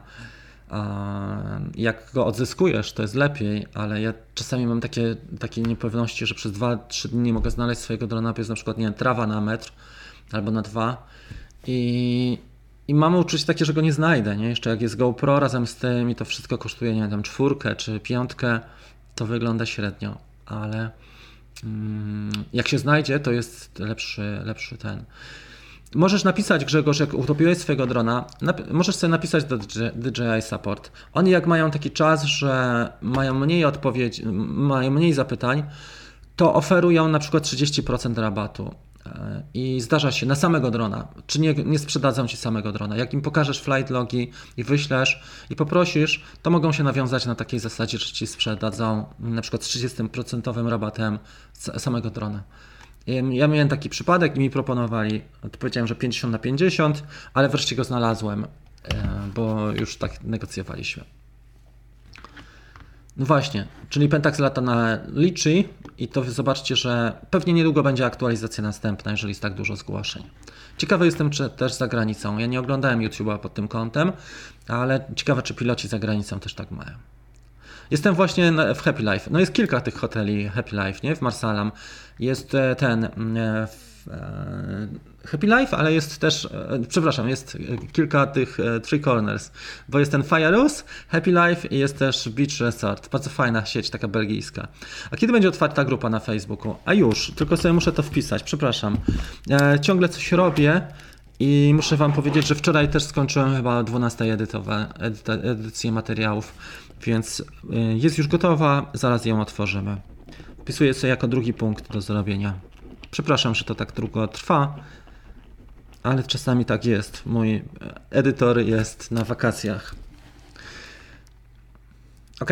Jak go odzyskujesz, to jest lepiej, ale ja czasami mam takie niepewności, że przez 2-3 dni nie mogę znaleźć swojego drona, jest na przykład, nie wiem, trawa na metr albo na 2 i I mam uczucie takie, że go nie znajdę, nie? Jeszcze jak jest GoPro razem z tym i to wszystko kosztuje, nie wiem, tam 4 czy 5, to wygląda średnio, ale jak się znajdzie, to jest lepszy ten. Możesz napisać, Grzegorz, jak utopiłeś swojego drona, możesz sobie napisać do DJI Support. Oni jak mają taki czas, że mają mniej odpowiedzi, mają mniej zapytań, to oferują na przykład 30% rabatu. I zdarza się na samego drona, czy nie sprzedadzą ci samego drona. Jak im pokażesz flight logi i wyślesz i poprosisz, to mogą się nawiązać na takiej zasadzie, że ci sprzedadzą na przykład z 30% rabatem samego drona. Ja miałem taki przypadek i mi proponowali, to powiedziałem, że 50/50, ale wreszcie go znalazłem, bo już tak negocjowaliśmy. No właśnie, czyli Pentax lata na Litchi i to zobaczcie, że pewnie niedługo będzie aktualizacja następna, jeżeli jest tak dużo zgłoszeń. Ciekawy jestem, czy też za granicą. Ja nie oglądałem YouTube'a pod tym kątem, ale ciekawe, czy piloci za granicą też tak mają. Jestem właśnie w Happy Life. No jest kilka tych hoteli Happy Life, nie? W Marsalam. Jest ten Happy Life, ale jest też, przepraszam, jest kilka tych Three Corners, bo jest ten Firehouse, Happy Life i jest też Beach Resort. Bardzo fajna sieć, taka belgijska. A kiedy będzie otwarta grupa na Facebooku? A już, tylko sobie muszę to wpisać, przepraszam. Ciągle coś robię i muszę wam powiedzieć, że wczoraj też skończyłem chyba 12 edycję materiałów, więc jest już gotowa, zaraz ją otworzymy. Wpisuję sobie jako drugi punkt do zrobienia. Przepraszam, że to tak długo trwa, ale czasami tak jest. Mój edytor jest na wakacjach. Ok.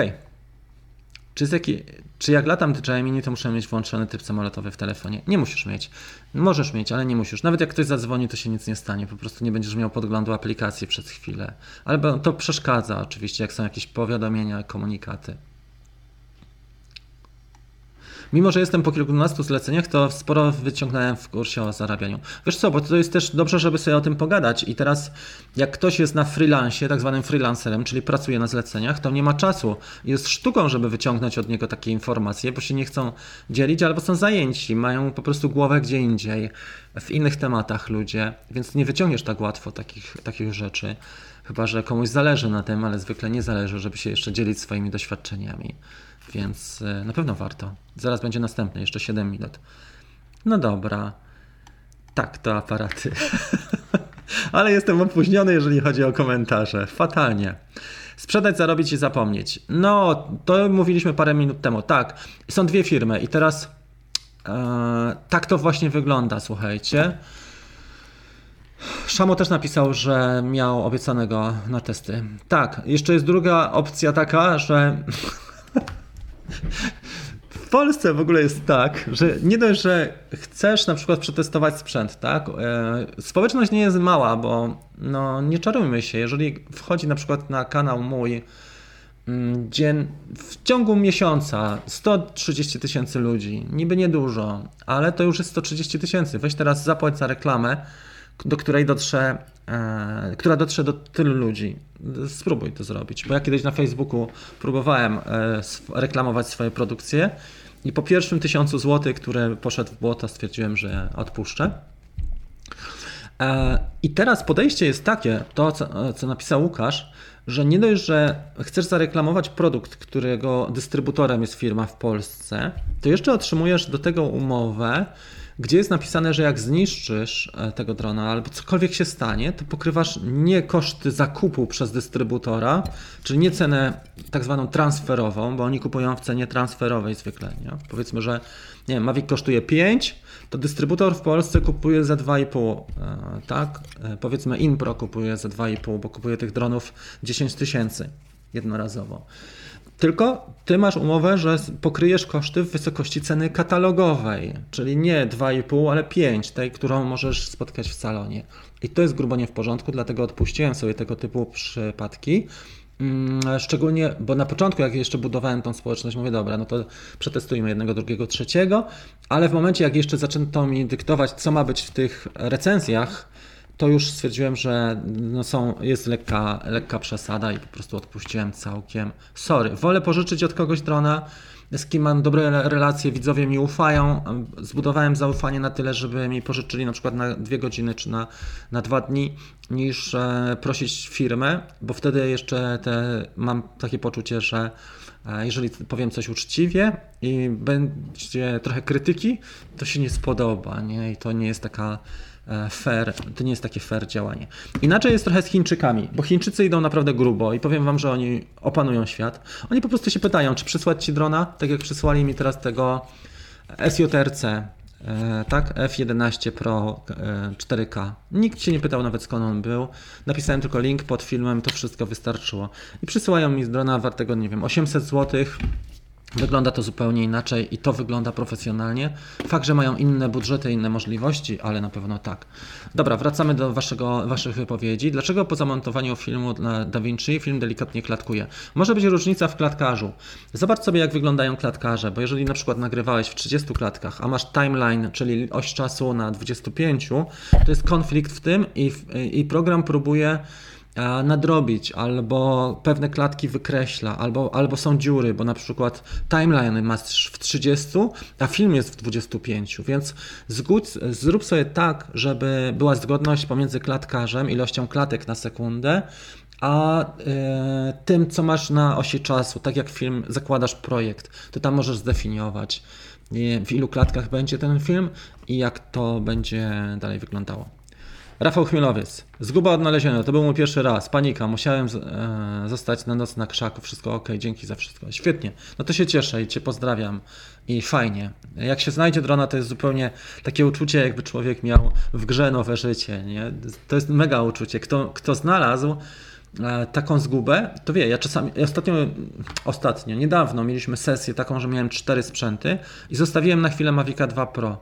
Czy jak latam DJI Mini, to muszę mieć włączony tryb samolotowy w telefonie? Nie musisz mieć. Możesz mieć, ale nie musisz. Nawet jak ktoś zadzwoni, to się nic nie stanie. Po prostu nie będziesz miał podglądu aplikacji przez chwilę. Ale to przeszkadza oczywiście, jak są jakieś powiadomienia, komunikaty. Mimo że jestem po kilkunastu zleceniach, to sporo wyciągnąłem w kursie o zarabianiu. Wiesz co, bo to jest też dobrze, żeby sobie o tym pogadać i teraz jak ktoś jest na freelancie, tak zwanym freelancerem, czyli pracuje na zleceniach, to nie ma czasu. Jest sztuką, żeby wyciągnąć od niego takie informacje, bo się nie chcą dzielić albo są zajęci, mają po prostu głowę gdzie indziej, w innych tematach ludzie, więc nie wyciągniesz tak łatwo takich rzeczy. Chyba że komuś zależy na tym, ale zwykle nie zależy, żeby się jeszcze dzielić swoimi doświadczeniami. Więc na pewno warto. Zaraz będzie następny, jeszcze 7 minut. No dobra. Tak, to aparaty. Ale jestem opóźniony, jeżeli chodzi o komentarze. Fatalnie. Sprzedać, zarobić i zapomnieć. No, to mówiliśmy parę minut temu. Tak, są dwie firmy i teraz tak to właśnie wygląda, słuchajcie. Szamo też napisał, że miał obiecanego na testy. Tak, jeszcze jest druga opcja taka, że w Polsce w ogóle jest tak, że nie dość, że chcesz na przykład przetestować sprzęt, tak? Społeczność nie jest mała, bo no, nie czarujmy się, jeżeli wchodzi na przykład na kanał mój w ciągu miesiąca 130 000 ludzi, niby niedużo, ale to już jest 130 000. Weź teraz zapłać za reklamę, do której która dotrze do tylu ludzi. Spróbuj to zrobić, bo ja kiedyś na Facebooku próbowałem reklamować swoje produkcje i po pierwszym 1000 zł, które poszedł w błoto, stwierdziłem, że odpuszczę. I teraz podejście jest takie, to co napisał Łukasz, że nie dość, że chcesz zareklamować produkt, którego dystrybutorem jest firma w Polsce, to jeszcze otrzymujesz do tego umowę, gdzie jest napisane, że jak zniszczysz tego drona albo cokolwiek się stanie, to pokrywasz nie koszty zakupu przez dystrybutora, czyli nie cenę tak zwaną transferową, bo oni kupują w cenie transferowej zwykle. Nie? Powiedzmy, że nie wiem, Mavic kosztuje 5, to dystrybutor w Polsce kupuje za 2,5, tak? Powiedzmy Inpro kupuje za 2,5, bo kupuje tych dronów 10 000 jednorazowo. Tylko ty masz umowę, że pokryjesz koszty w wysokości ceny katalogowej, czyli nie 2,5, ale 5, tej, którą możesz spotkać w salonie. I to jest grubo nie w porządku, dlatego odpuściłem sobie tego typu przypadki. Szczególnie, bo na początku, jak jeszcze budowałem tą społeczność, mówię, dobra, no to przetestujmy jednego, drugiego, trzeciego, ale w momencie, jak jeszcze zaczęto mi dyktować, co ma być w tych recenzjach, to już stwierdziłem, że no jest lekka przesada i po prostu odpuściłem całkiem. Sorry, wolę pożyczyć od kogoś drona z kim mam dobre relacje, widzowie mi ufają. Zbudowałem zaufanie na tyle, żeby mi pożyczyli na przykład na 2 godziny czy na 2 dni, niż prosić firmę, bo wtedy jeszcze mam takie poczucie, że jeżeli powiem coś uczciwie i będzie trochę krytyki, to się nie spodoba, nie? I to nie jest taka fair, to nie jest takie fair działanie. Inaczej jest trochę z Chińczykami, bo Chińczycy idą naprawdę grubo i powiem wam, że oni opanują świat. Oni po prostu się pytają, czy przysłać ci drona, tak jak przysłali mi teraz tego SJRC, tak? F11 Pro 4K. Nikt się nie pytał nawet, skąd on był. Napisałem tylko link pod filmem, to wszystko wystarczyło. I przysyłają mi drona wartego, nie wiem, 800 zł. Wygląda to zupełnie inaczej i to wygląda profesjonalnie. Fakt, że mają inne budżety, inne możliwości, ale na pewno tak. Dobra, wracamy do waszych wypowiedzi. Dlaczego po zamontowaniu filmu na DaVinci film delikatnie klatkuje? Może być różnica w klatkarzu. Zobacz sobie, jak wyglądają klatkarze, bo jeżeli na przykład nagrywałeś w 30 klatkach, a masz timeline, czyli oś czasu na 25, to jest konflikt w tym i program próbuje nadrobić, albo pewne klatki wykreśla, albo są dziury, bo na przykład timeline masz w 30, a film jest w 25, więc zrób sobie tak, żeby była zgodność pomiędzy klatkarzem, ilością klatek na sekundę, a tym, co masz na osi czasu. Tak jak film, zakładasz projekt, to tam możesz zdefiniować, w ilu klatkach będzie ten film i jak to będzie dalej wyglądało. Rafał Chmielowiec. Zguba odnaleziona. To był mój pierwszy raz. Panika. Musiałem zostać na noc na krzaku. Wszystko ok. Dzięki za wszystko. Świetnie. No to się cieszę i cię pozdrawiam. I fajnie. Jak się znajdzie drona, to jest zupełnie takie uczucie, jakby człowiek miał w grze nowe życie. Nie? To jest mega uczucie. Kto znalazł taką zgubę, to wie. Ja czasami, niedawno mieliśmy sesję taką, że miałem 4 sprzęty i zostawiłem na chwilę Mavica 2 Pro.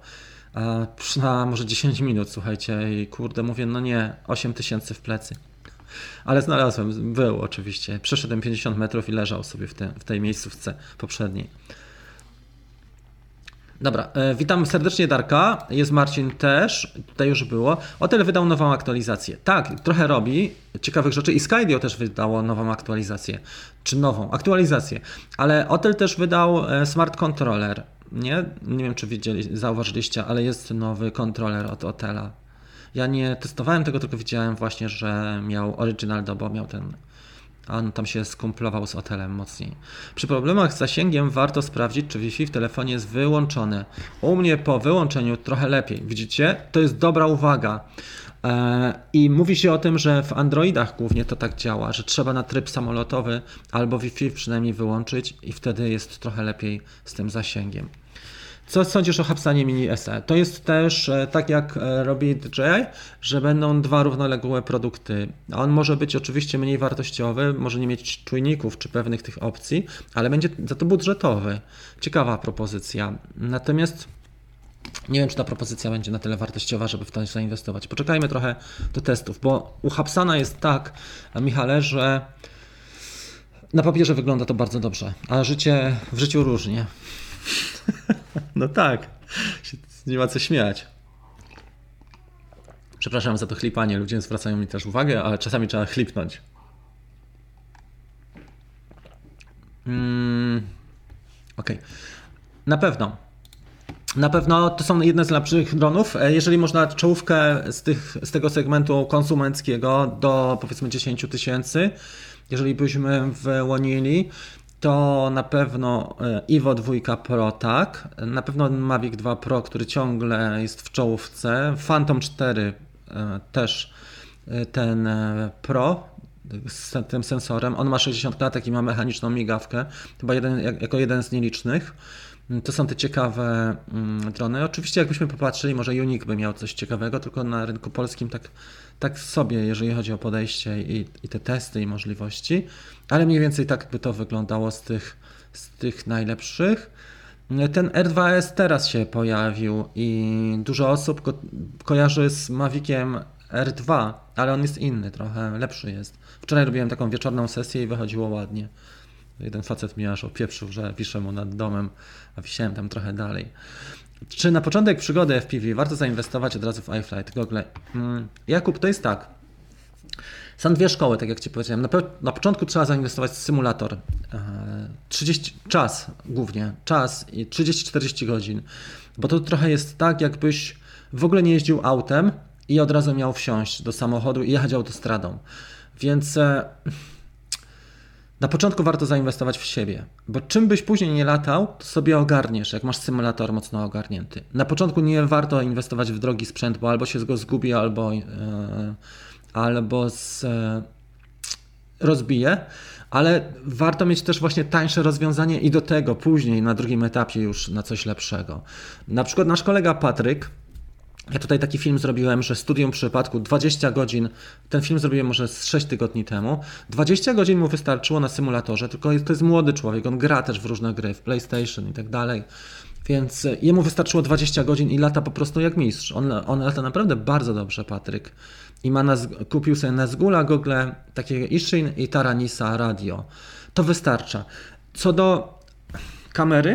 Na może 10 minut, słuchajcie, i kurde, mówię, no nie, 8000 w plecy. Ale znalazłem, był oczywiście. Przeszedłem 50 metrów i leżał sobie w tej miejscówce poprzedniej. Dobra, witam serdecznie Darka, jest Marcin też, tutaj już było. Otel wydał nową aktualizację. Tak, trochę robi ciekawych rzeczy i Skydio też wydało nową aktualizację, czy nową aktualizację, ale Otel też wydał Smart Controller. Nie wiem, czy zauważyliście, ale jest nowy kontroler od Otela. Ja nie testowałem tego, tylko widziałem właśnie, że miał Original Do, bo miał on tam się skumplował z Otelem mocniej. Przy problemach z zasięgiem warto sprawdzić, czy Wi-Fi w telefonie jest wyłączone. U mnie po wyłączeniu trochę lepiej. Widzicie? To jest dobra uwaga. I mówi się o tym, że w Androidach głównie to tak działa, że trzeba na tryb samolotowy albo Wi-Fi przynajmniej wyłączyć i wtedy jest trochę lepiej z tym zasięgiem. Co sądzisz o Hubsanie Mini SE? To jest też tak jak robi DJI, że będą 2 równoległe produkty. On może być oczywiście mniej wartościowy, może nie mieć czujników czy pewnych tych opcji, ale będzie za to budżetowy. Ciekawa propozycja. Natomiast nie wiem, czy ta propozycja będzie na tyle wartościowa, żeby w to zainwestować. Poczekajmy trochę do testów, bo u Hubsana jest tak, Michale, że na papierze wygląda to bardzo dobrze, a w życiu różnie. No tak, nie ma co śmiać. Przepraszam za to chlipanie, ludzie zwracają mi też uwagę, ale czasami trzeba chlipnąć. Okej. Na pewno to są jedne z lepszych dronów. Jeżeli można czołówkę z tego segmentu konsumenckiego do powiedzmy 10 000, jeżeli byśmy wyłonili, to na pewno Evo 2 Pro, tak, na pewno Mavic 2 Pro, który ciągle jest w czołówce, Phantom 4 też ten Pro z tym sensorem, on ma 60 klatek i ma mechaniczną migawkę, chyba jako jeden z nielicznych. To są te ciekawe drony. Oczywiście jakbyśmy popatrzyli, może Unique by miał coś ciekawego, tylko na rynku polskim tak sobie, jeżeli chodzi o podejście i te testy i możliwości, ale mniej więcej tak by to wyglądało z tych najlepszych. Ten R2S teraz się pojawił i dużo osób go kojarzy z Maviciem R2, ale on jest inny, trochę lepszy jest. Wczoraj robiłem taką wieczorną sesję i wychodziło ładnie. Jeden facet mi aż opieprzył, że wiszę mu nad domem, a wisiałem tam trochę dalej. Czy na początek przygody FPV warto zainwestować od razu w iFlight, Google? Jakub, to jest tak. Są 2 szkoły, tak jak Ci powiedziałem. Na początku trzeba zainwestować w symulator czas głównie, czas i 30-40 godzin, bo to trochę jest tak, jakbyś w ogóle nie jeździł autem i od razu miał wsiąść do samochodu i jechać autostradą. Więc na początku warto zainwestować w siebie, bo czym byś później nie latał, to sobie ogarniesz, jak masz symulator mocno ogarnięty. Na początku nie warto inwestować w drogi sprzęt, bo albo się go zgubi, albo rozbije, ale warto mieć też właśnie tańsze rozwiązanie i do tego później na drugim etapie już na coś lepszego. Na przykład nasz kolega Patryk, ja tutaj taki film zrobiłem, że studium przypadku 20 godzin, ten film zrobiłem może z 6 tygodni temu, 20 godzin mu wystarczyło na symulatorze, tylko to jest młody człowiek, on gra też w różne gry, w PlayStation i tak dalej, więc jemu wystarczyło 20 godzin i lata po prostu jak mistrz. On lata naprawdę bardzo dobrze, Patryk. I kupił sobie Nazgula, Google, takiego Ishin i Taranisa radio. To wystarcza. Co do kamery,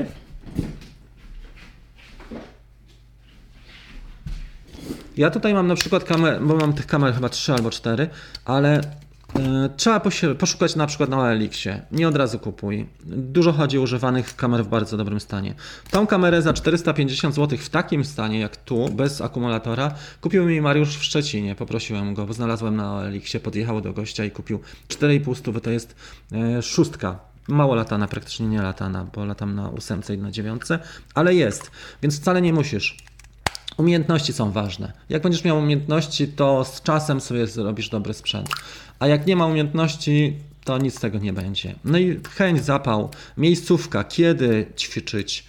ja tutaj mam na przykład kamerę, bo mam tych kamer chyba 3 albo 4, ale trzeba poszukać na przykład na OLX-ie. Nie od razu kupuj. Dużo chodzi o używanych kamer w bardzo dobrym stanie. Tą kamerę za 450 zł w takim stanie jak tu, bez akumulatora, kupił mi Mariusz w Szczecinie. Poprosiłem go, bo znalazłem na OLX-ie, podjechał do gościa i kupił 4,5 stówy, to jest 6. Mało latana, praktycznie nie latana, bo latam na 8 i na 9, ale jest, więc wcale nie musisz. Umiejętności są ważne. Jak będziesz miał umiejętności, to z czasem sobie zrobisz dobry sprzęt. A jak nie ma umiejętności, to nic z tego nie będzie. No i chęć, zapał, miejscówka, kiedy ćwiczyć.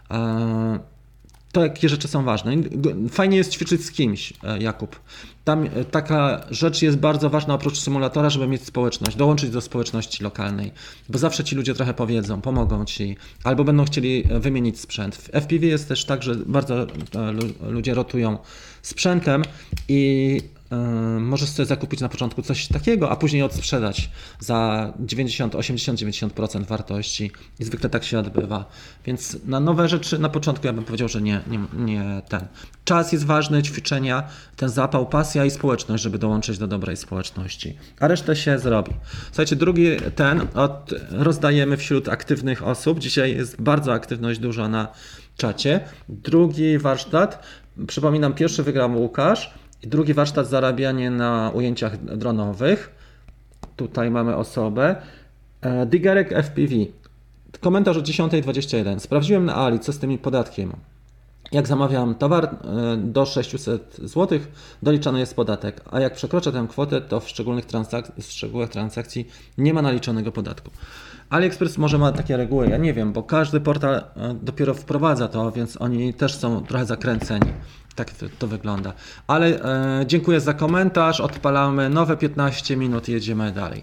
To jakie rzeczy są ważne. Fajnie jest ćwiczyć z kimś, Jakub. Tam taka rzecz jest bardzo ważna oprócz symulatora, żeby mieć społeczność, dołączyć do społeczności lokalnej, bo zawsze ci ludzie trochę powiedzą, pomogą ci, albo będą chcieli wymienić sprzęt. W FPV jest też tak, że bardzo ludzie rotują sprzętem i możesz sobie zakupić na początku coś takiego, a później odsprzedać za 90, 80, 90% wartości i zwykle tak się odbywa. Więc na nowe rzeczy na początku ja bym powiedział, że nie ten. Czas jest ważny, ćwiczenia, ten zapał, pasja i społeczność, żeby dołączyć do dobrej społeczności. A resztę się zrobi. Słuchajcie, drugi rozdajemy wśród aktywnych osób. Dzisiaj jest bardzo aktywność duża na czacie. Drugi warsztat, przypominam, pierwszy wygrał Łukasz. I drugi warsztat zarabianie na ujęciach dronowych. Tutaj mamy osobę. Digerek FPV. Komentarz o 10:21. Sprawdziłem na Ali, co z tym podatkiem. Jak zamawiam towar do 600 zł, doliczany jest podatek, a jak przekroczę tę kwotę, to w szczegółach transakcji nie ma naliczonego podatku. AliExpress może ma takie reguły, ja nie wiem, bo każdy portal dopiero wprowadza to, więc oni też są trochę zakręceni. Tak to wygląda. Ale dziękuję za komentarz, odpalamy nowe 15 minut, jedziemy dalej.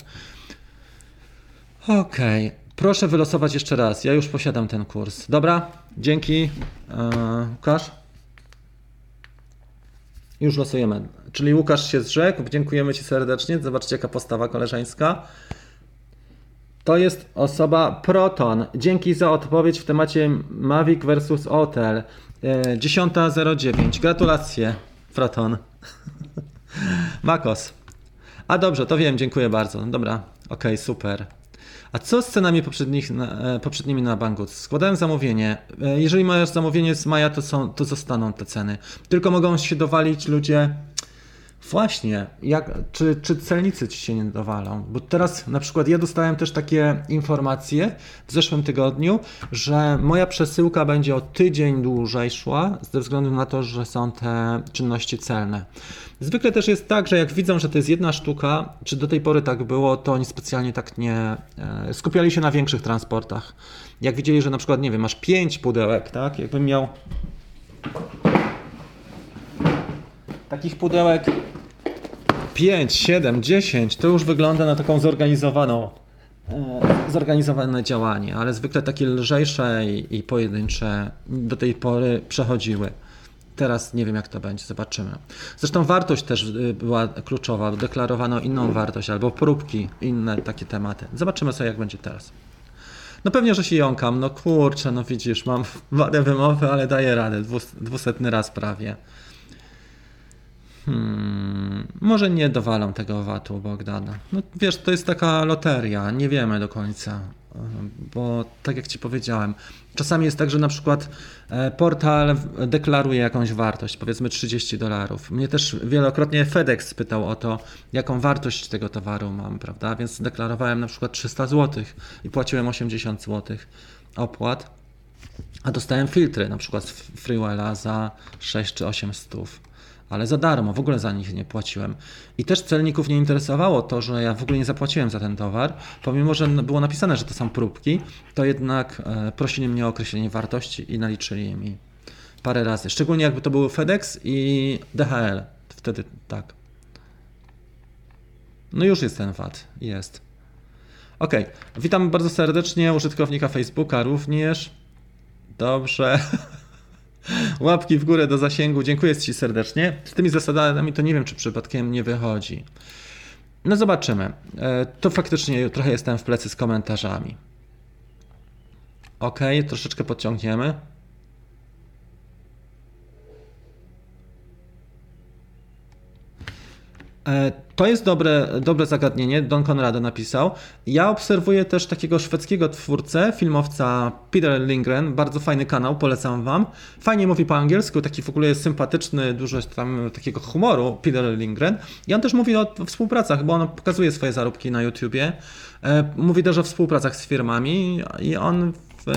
Okej. Proszę wylosować jeszcze raz, ja już posiadam ten kurs. Dobra, dzięki. Łukasz? Już losujemy. Czyli Łukasz się zrzekł, dziękujemy Ci serdecznie. Zobaczcie, jaka postawa koleżeńska. To jest osoba Proton. Dzięki za odpowiedź w temacie Mavic versus Otel. 10:09. Gratulacje, Proton. Makos. A dobrze, to wiem, dziękuję bardzo. Dobra, okej, super. A co z cenami poprzednimi na Banggood? Składałem zamówienie. Jeżeli masz zamówienie z maja, to zostaną te ceny. Tylko mogą się dowalić ludzie. Właśnie, czy celnicy ci się nie dowalą? Bo teraz na przykład ja dostałem też takie informacje w zeszłym tygodniu, że moja przesyłka będzie o tydzień dłużej szła ze względu na to, że są te czynności celne. Zwykle też jest tak, że jak widzą, że to jest jedna sztuka, czy do tej pory tak było, to oni specjalnie tak nie skupiali się na większych transportach. Jak widzieli, że na przykład, nie wiem, masz 5 pudełek, tak? Jakbym miał takich pudełek 5, 7, 10, to już wygląda na taką zorganizowane działanie, ale zwykle takie lżejsze i pojedyncze do tej pory przechodziły. Teraz nie wiem, jak to będzie, zobaczymy. Zresztą wartość też była kluczowa, deklarowano inną wartość albo próbki, inne takie tematy. Zobaczymy sobie, jak będzie teraz. No pewnie, że się jąkam, no kurczę, no widzisz, mam wadę wymowy, ale daję radę, 200 raz prawie. Może nie dowalą tego VAT-u Bogdana. No wiesz, to jest taka loteria, nie wiemy do końca. bo tak jak Ci powiedziałem, czasami jest tak, że na przykład portal deklaruje jakąś wartość, powiedzmy $30. Mnie też wielokrotnie FedEx pytał o to, jaką wartość tego towaru mam, prawda? Więc deklarowałem na przykład 300 zł i płaciłem 80 zł opłat, a dostałem filtry, na przykład z Freewella za 6 czy 8 stów. Ale za darmo, w ogóle za nich nie płaciłem. I też celników nie interesowało to, że ja w ogóle nie zapłaciłem za ten towar, pomimo że było napisane, że to są próbki, to jednak prosili mnie o określenie wartości i naliczyli mi parę razy. Szczególnie jakby to był FedEx i DHL. Wtedy tak. No już jest ten VAT. Jest. Ok. Witam bardzo serdecznie użytkownika Facebooka również. Dobrze. Łapki w górę do zasięgu. Dziękuję Ci serdecznie. Z tymi zasadami to nie wiem, czy przypadkiem nie wychodzi. No zobaczymy. To faktycznie trochę jestem w plecy z komentarzami. Ok, troszeczkę podciągniemy. To jest dobre zagadnienie, Don Conrado napisał. Ja obserwuję też takiego szwedzkiego twórcę, filmowca Peter Lindgren, bardzo fajny kanał, polecam Wam. Fajnie mówi po angielsku, taki w ogóle jest sympatyczny, dużo tam takiego humoru, Peter Lindgren. I on też mówi o współpracach, bo on pokazuje swoje zarobki na YouTubie. Mówi też o współpracach z firmami i on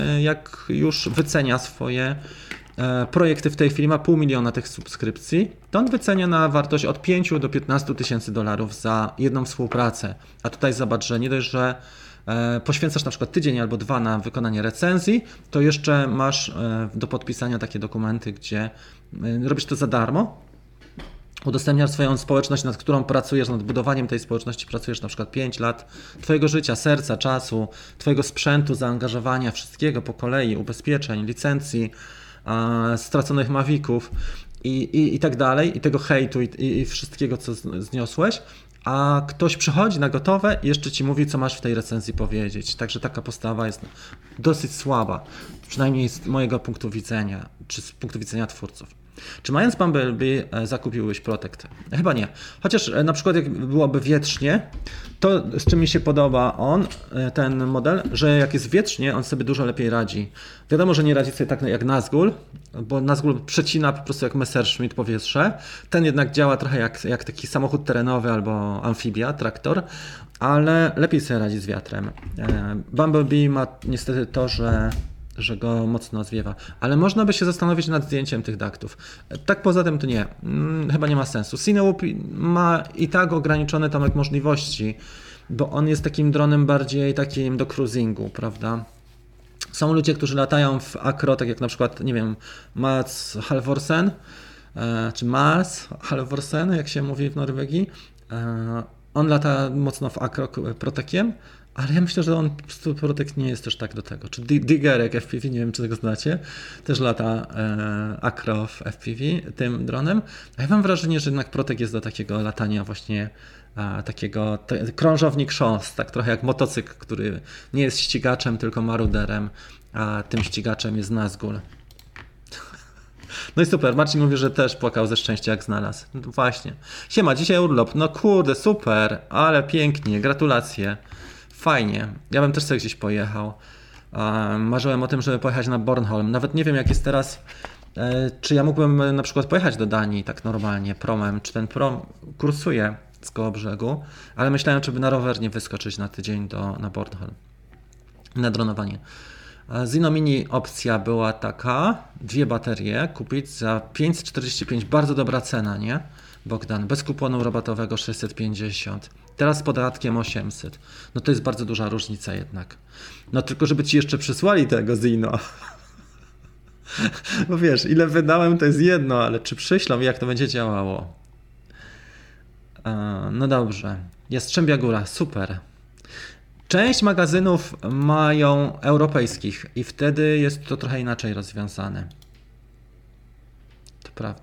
jak już wycenia swoje projekty w tej chwili, ma $500,000 tych subskrypcji, to on wycenia na wartość od 5 do 15 tysięcy dolarów za jedną współpracę. A tutaj zobacz, że nie dość, że poświęcasz na przykład tydzień albo 2 na wykonanie recenzji, to jeszcze masz do podpisania takie dokumenty, gdzie robisz to za darmo, udostępniasz swoją społeczność, nad którą pracujesz, nad budowaniem tej społeczności pracujesz na przykład 5 lat Twojego życia, serca, czasu, Twojego sprzętu, zaangażowania, wszystkiego po kolei, ubezpieczeń, licencji, straconych mavików i tak dalej, i tego hejtu i wszystkiego, co zniosłeś, a ktoś przychodzi na gotowe i jeszcze Ci mówi, co masz w tej recenzji powiedzieć. Także taka postawa jest dosyć słaba, przynajmniej z mojego punktu widzenia, czy z punktu widzenia twórców. Czy mając Bumblebee zakupiłbyś Protect? Chyba nie. Chociaż na przykład jak byłoby wietrznie, to z czym mi się podoba ten model, że jak jest wietrznie, on sobie dużo lepiej radzi. Wiadomo, że nie radzi sobie tak jak Nazgul, bo Nazgul przecina po prostu jak Messerschmitt powietrze. Ten jednak działa trochę jak taki samochód terenowy albo amfibia, traktor, ale lepiej sobie radzi z wiatrem. Bumblebee ma niestety to, że go mocno zwiewa. Ale można by się zastanowić nad zdjęciem tych ductów. Tak poza tym to nie. Chyba nie ma sensu. Cinewoop ma i tak ograniczone tam możliwości, bo on jest takim dronem bardziej takim do cruisingu, prawda? Są ludzie, którzy latają w akro, tak jak na przykład, nie wiem, Mats Halvorsen, czy Mats Halvorsen, jak się mówi w Norwegii. On lata mocno w akro protekiem, ale ja myślę, że on po prostu Protect nie jest też tak do tego. Czy Digerek FPV, nie wiem czy tego znacie, też lata akro w FPV tym dronem. A ja mam wrażenie, że jednak Protect jest do takiego latania właśnie takiego krążownik sząs, tak trochę jak motocykl, który nie jest ścigaczem, tylko maruderem, a tym ścigaczem jest Nazgul. No i super, Marcin mówi, że też płakał ze szczęścia jak znalazł. No właśnie. Siema, dzisiaj urlop. No kurde, super, ale pięknie, gratulacje. Fajnie. Ja bym też sobie gdzieś pojechał. Marzyłem o tym, żeby pojechać na Bornholm. Nawet nie wiem jak jest teraz, czy ja mógłbym na przykład pojechać do Danii tak normalnie promem, czy ten prom kursuje z Kołobrzegu, ale myślałem, czy by na rower nie wyskoczyć na tydzień na Bornholm. Na dronowanie. Zino Mini opcja była taka, 2 baterie kupić za 545, bardzo dobra cena, nie? Bogdan, bez kuponu rabatowego 650, teraz z podatkiem 800. No to jest bardzo duża różnica jednak. No tylko żeby Ci jeszcze przysłali tego Zino. Bo wiesz, ile wydałem to jest jedno, ale czy przyślą i jak to będzie działało? No dobrze, Jastrzębia Góra, super. Część magazynów mają europejskich i wtedy jest to trochę inaczej rozwiązane. To prawda.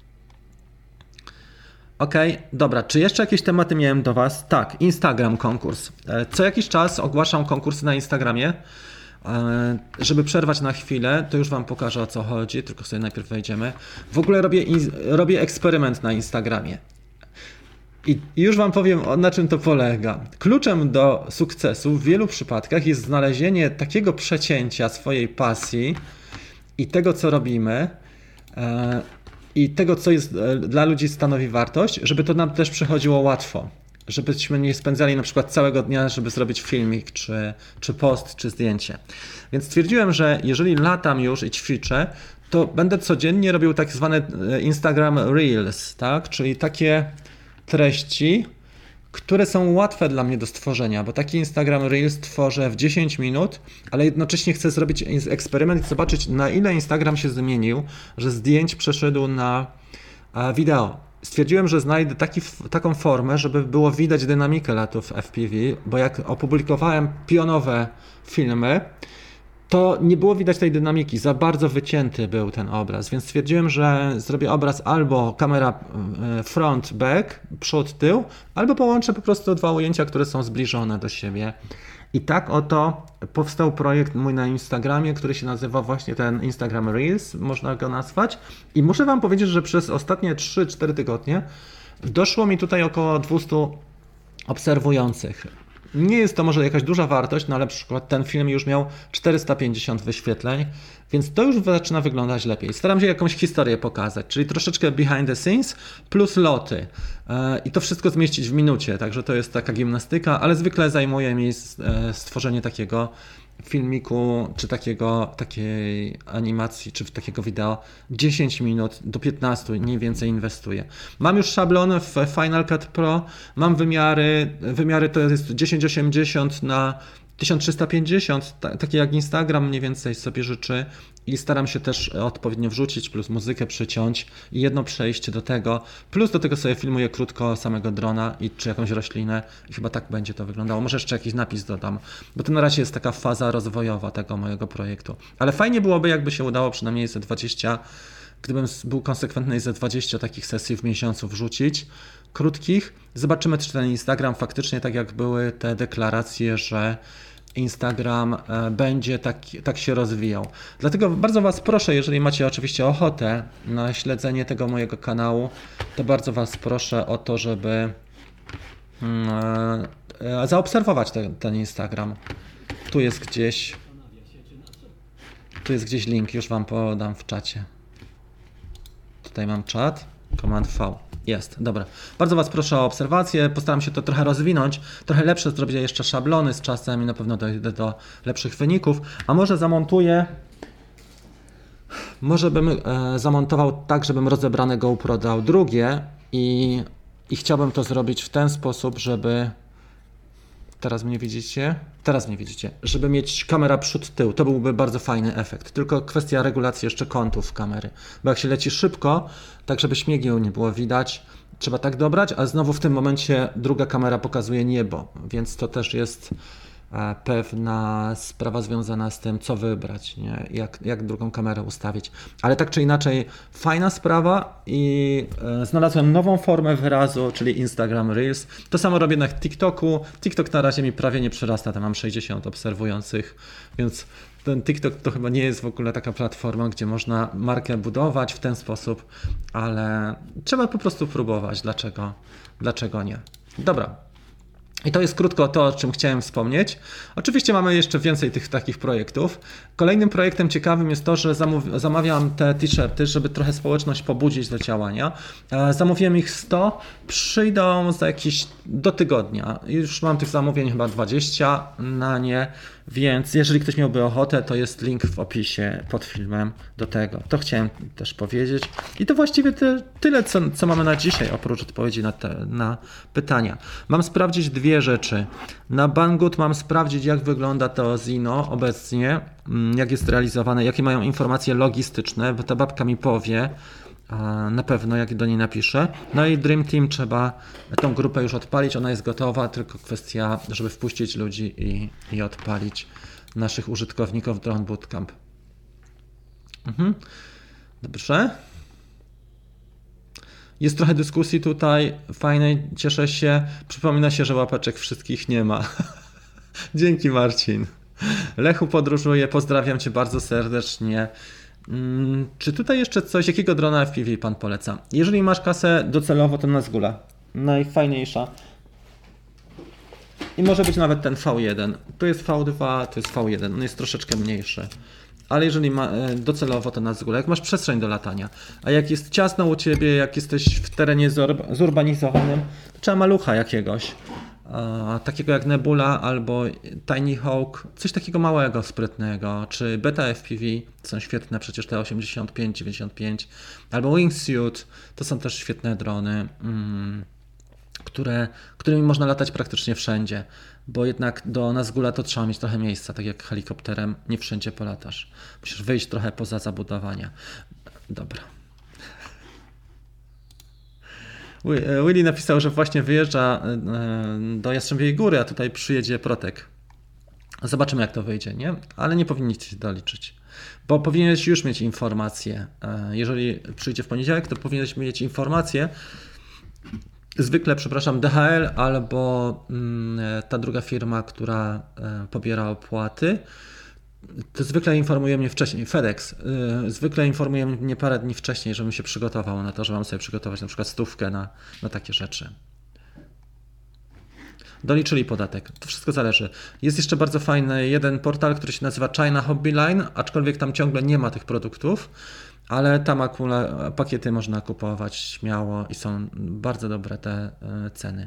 Okej, dobra. Czy jeszcze jakieś tematy miałem do Was? Tak, Instagram konkurs. Co jakiś czas ogłaszam konkursy na Instagramie. Żeby przerwać na chwilę, to już Wam pokażę o co chodzi, tylko sobie najpierw wejdziemy. W ogóle robię eksperyment na Instagramie. I już Wam powiem, na czym to polega. Kluczem do sukcesu w wielu przypadkach jest znalezienie takiego przecięcia swojej pasji i tego, co robimy, i tego, co jest dla ludzi stanowi wartość, żeby to nam też przychodziło łatwo. Żebyśmy nie spędzali na przykład całego dnia, żeby zrobić filmik, czy post, czy zdjęcie. Więc stwierdziłem, że jeżeli latam już i ćwiczę, to będę codziennie robił tak zwane Instagram Reels, tak? Czyli takie treści, które są łatwe dla mnie do stworzenia, bo taki Instagram Reels tworzę w 10 minut, ale jednocześnie chcę zrobić eksperyment i zobaczyć, na ile Instagram się zmienił, że zdjęć przeszedł na wideo. Stwierdziłem, że znajdę taką formę, żeby było widać dynamikę latów FPV, bo jak opublikowałem pionowe filmy, to nie było widać tej dynamiki, za bardzo wycięty był ten obraz, więc stwierdziłem, że zrobię obraz albo kamera front, back, przód, tył, albo połączę po prostu dwa ujęcia, które są zbliżone do siebie. I tak oto powstał projekt mój na Instagramie, który się nazywa właśnie ten Instagram Reels, można go nazwać. I muszę Wam powiedzieć, że przez ostatnie 3-4 tygodnie doszło mi tutaj około 200 obserwujących. Nie jest to może jakaś duża wartość, no ale na przykład ten film już miał 450 wyświetleń, więc to już zaczyna wyglądać lepiej. Staram się jakąś historię pokazać, czyli troszeczkę behind the scenes plus loty. I to wszystko zmieścić w minucie, także to jest taka gimnastyka, ale zwykle zajmuje mi stworzenie takiego filmiku, czy takiej animacji, czy takiego wideo 10 minut do 15, mniej więcej inwestuję. Mam już szablony w Final Cut Pro, mam wymiary to jest 1080 na 1350, takie jak Instagram mniej więcej sobie życzy i staram się też odpowiednio wrzucić, plus muzykę przyciąć i jedno przejście do tego, plus do tego sobie filmuję krótko samego drona czy jakąś roślinę i chyba tak będzie to wyglądało. Może jeszcze jakiś napis dodam, bo to na razie jest taka faza rozwojowa tego mojego projektu. Ale fajnie byłoby, jakby się udało przynajmniej ze 20, gdybym był konsekwentny, ze 20 takich sesji w miesiącu wrzucić, krótkich. Zobaczymy, czy ten Instagram faktycznie, tak jak były te deklaracje, że Instagram będzie tak się rozwijał. Dlatego bardzo Was proszę, jeżeli macie oczywiście ochotę na śledzenie tego mojego kanału, to bardzo Was proszę o to, żeby zaobserwować ten Instagram. Tu jest gdzieś link, już Wam podam w czacie. Tutaj mam czat, Command V. Jest, dobra. Bardzo Was proszę o obserwację, postaram się to trochę rozwinąć, trochę lepsze zrobię jeszcze szablony z czasem i na pewno dojdę do lepszych wyników, a może bym zamontował tak, żebym rozebrane GoPro dał drugie i chciałbym to zrobić w ten sposób, żeby... Teraz mnie widzicie? Teraz mnie widzicie. Żeby mieć kamera przód-tył, to byłby bardzo fajny efekt. Tylko kwestia regulacji jeszcze kątów kamery. Bo jak się leci szybko, tak żeby śmigieł nie było widać, trzeba tak dobrać, a znowu w tym momencie druga kamera pokazuje niebo, więc to też jest pewna sprawa związana z tym, co wybrać, nie? Jak drugą kamerę ustawić. Ale tak czy inaczej, fajna sprawa i znalazłem nową formę wyrazu, czyli Instagram Reels. To samo robię na TikToku. TikTok na razie mi prawie nie przerasta, tam mam 60 obserwujących, więc ten TikTok to chyba nie jest w ogóle taka platforma, gdzie można markę budować w ten sposób, ale trzeba po prostu próbować. Dlaczego nie? Dobra. I to jest krótko to, o czym chciałem wspomnieć. Oczywiście mamy jeszcze więcej tych takich projektów. Kolejnym projektem ciekawym jest to, że zamawiam te t-shirty, żeby trochę społeczność pobudzić do działania. Zamówiłem ich 100, przyjdą do tygodnia. Już mam tych zamówień chyba 20 na nie, więc jeżeli ktoś miałby ochotę, to jest link w opisie pod filmem do tego. To chciałem też powiedzieć. I to właściwie tyle, co mamy na dzisiaj, oprócz odpowiedzi na pytania. Mam sprawdzić dwie rzeczy. Na Banggood mam sprawdzić, jak wygląda to Zino obecnie, jak jest realizowane, jakie mają informacje logistyczne, bo ta babka mi powie na pewno, jak do niej napiszę. No i Dream Team trzeba tą grupę już odpalić, ona jest gotowa, tylko kwestia, żeby wpuścić ludzi i odpalić naszych użytkowników Drone Bootcamp. Dobrze. Jest trochę dyskusji tutaj, fajnej, cieszę się. Przypomina się, że łapeczek wszystkich nie ma. Dzięki, Marcin. Lechu podróżuje, pozdrawiam Cię bardzo serdecznie. Czy tutaj jeszcze coś, jakiego drona FPV Pan poleca? Jeżeli masz kasę docelowo, to Nazgula. najfajniejsza. I może być nawet ten V1. Tu jest V2, tu jest V1. On jest troszeczkę mniejszy. Ale jeżeli docelowo to na zgóle, jak masz przestrzeń do latania, a jak jest ciasno u ciebie, jak jesteś w terenie zurbanizowanym, to trzeba malucha jakiegoś. Takiego jak Nebula albo Tiny Hawk, coś takiego małego, sprytnego, czy Beta FPV, są świetne przecież te 85, 95, albo Wingsuit, to są też świetne drony, którymi można latać praktycznie wszędzie, bo jednak do Nazgula to trzeba mieć trochę miejsca, tak jak helikopterem nie wszędzie polatasz. Musisz wyjść trochę poza zabudowania. Dobra. Willy napisał, że właśnie wyjeżdża do Jastrzębiej Góry, a tutaj przyjedzie Protek. Zobaczymy, jak to wyjdzie, nie? Ale nie powinniście się doliczyć, bo powinieneś już mieć informację. Jeżeli przyjdzie w poniedziałek, to powinieneś mieć informację. Zwykle, przepraszam, DHL albo ta druga firma, która pobiera opłaty, to zwykle informuje mnie wcześniej, FedEx, zwykle informuje mnie parę dni wcześniej, żebym się przygotował na to, że mam sobie przygotować na przykład 100 na takie rzeczy. Doliczyli podatek, to wszystko zależy. Jest jeszcze bardzo fajny jeden portal, który się nazywa China Hobby Line, aczkolwiek tam ciągle nie ma tych produktów, ale tam pakiety można kupować śmiało i są bardzo dobre te ceny.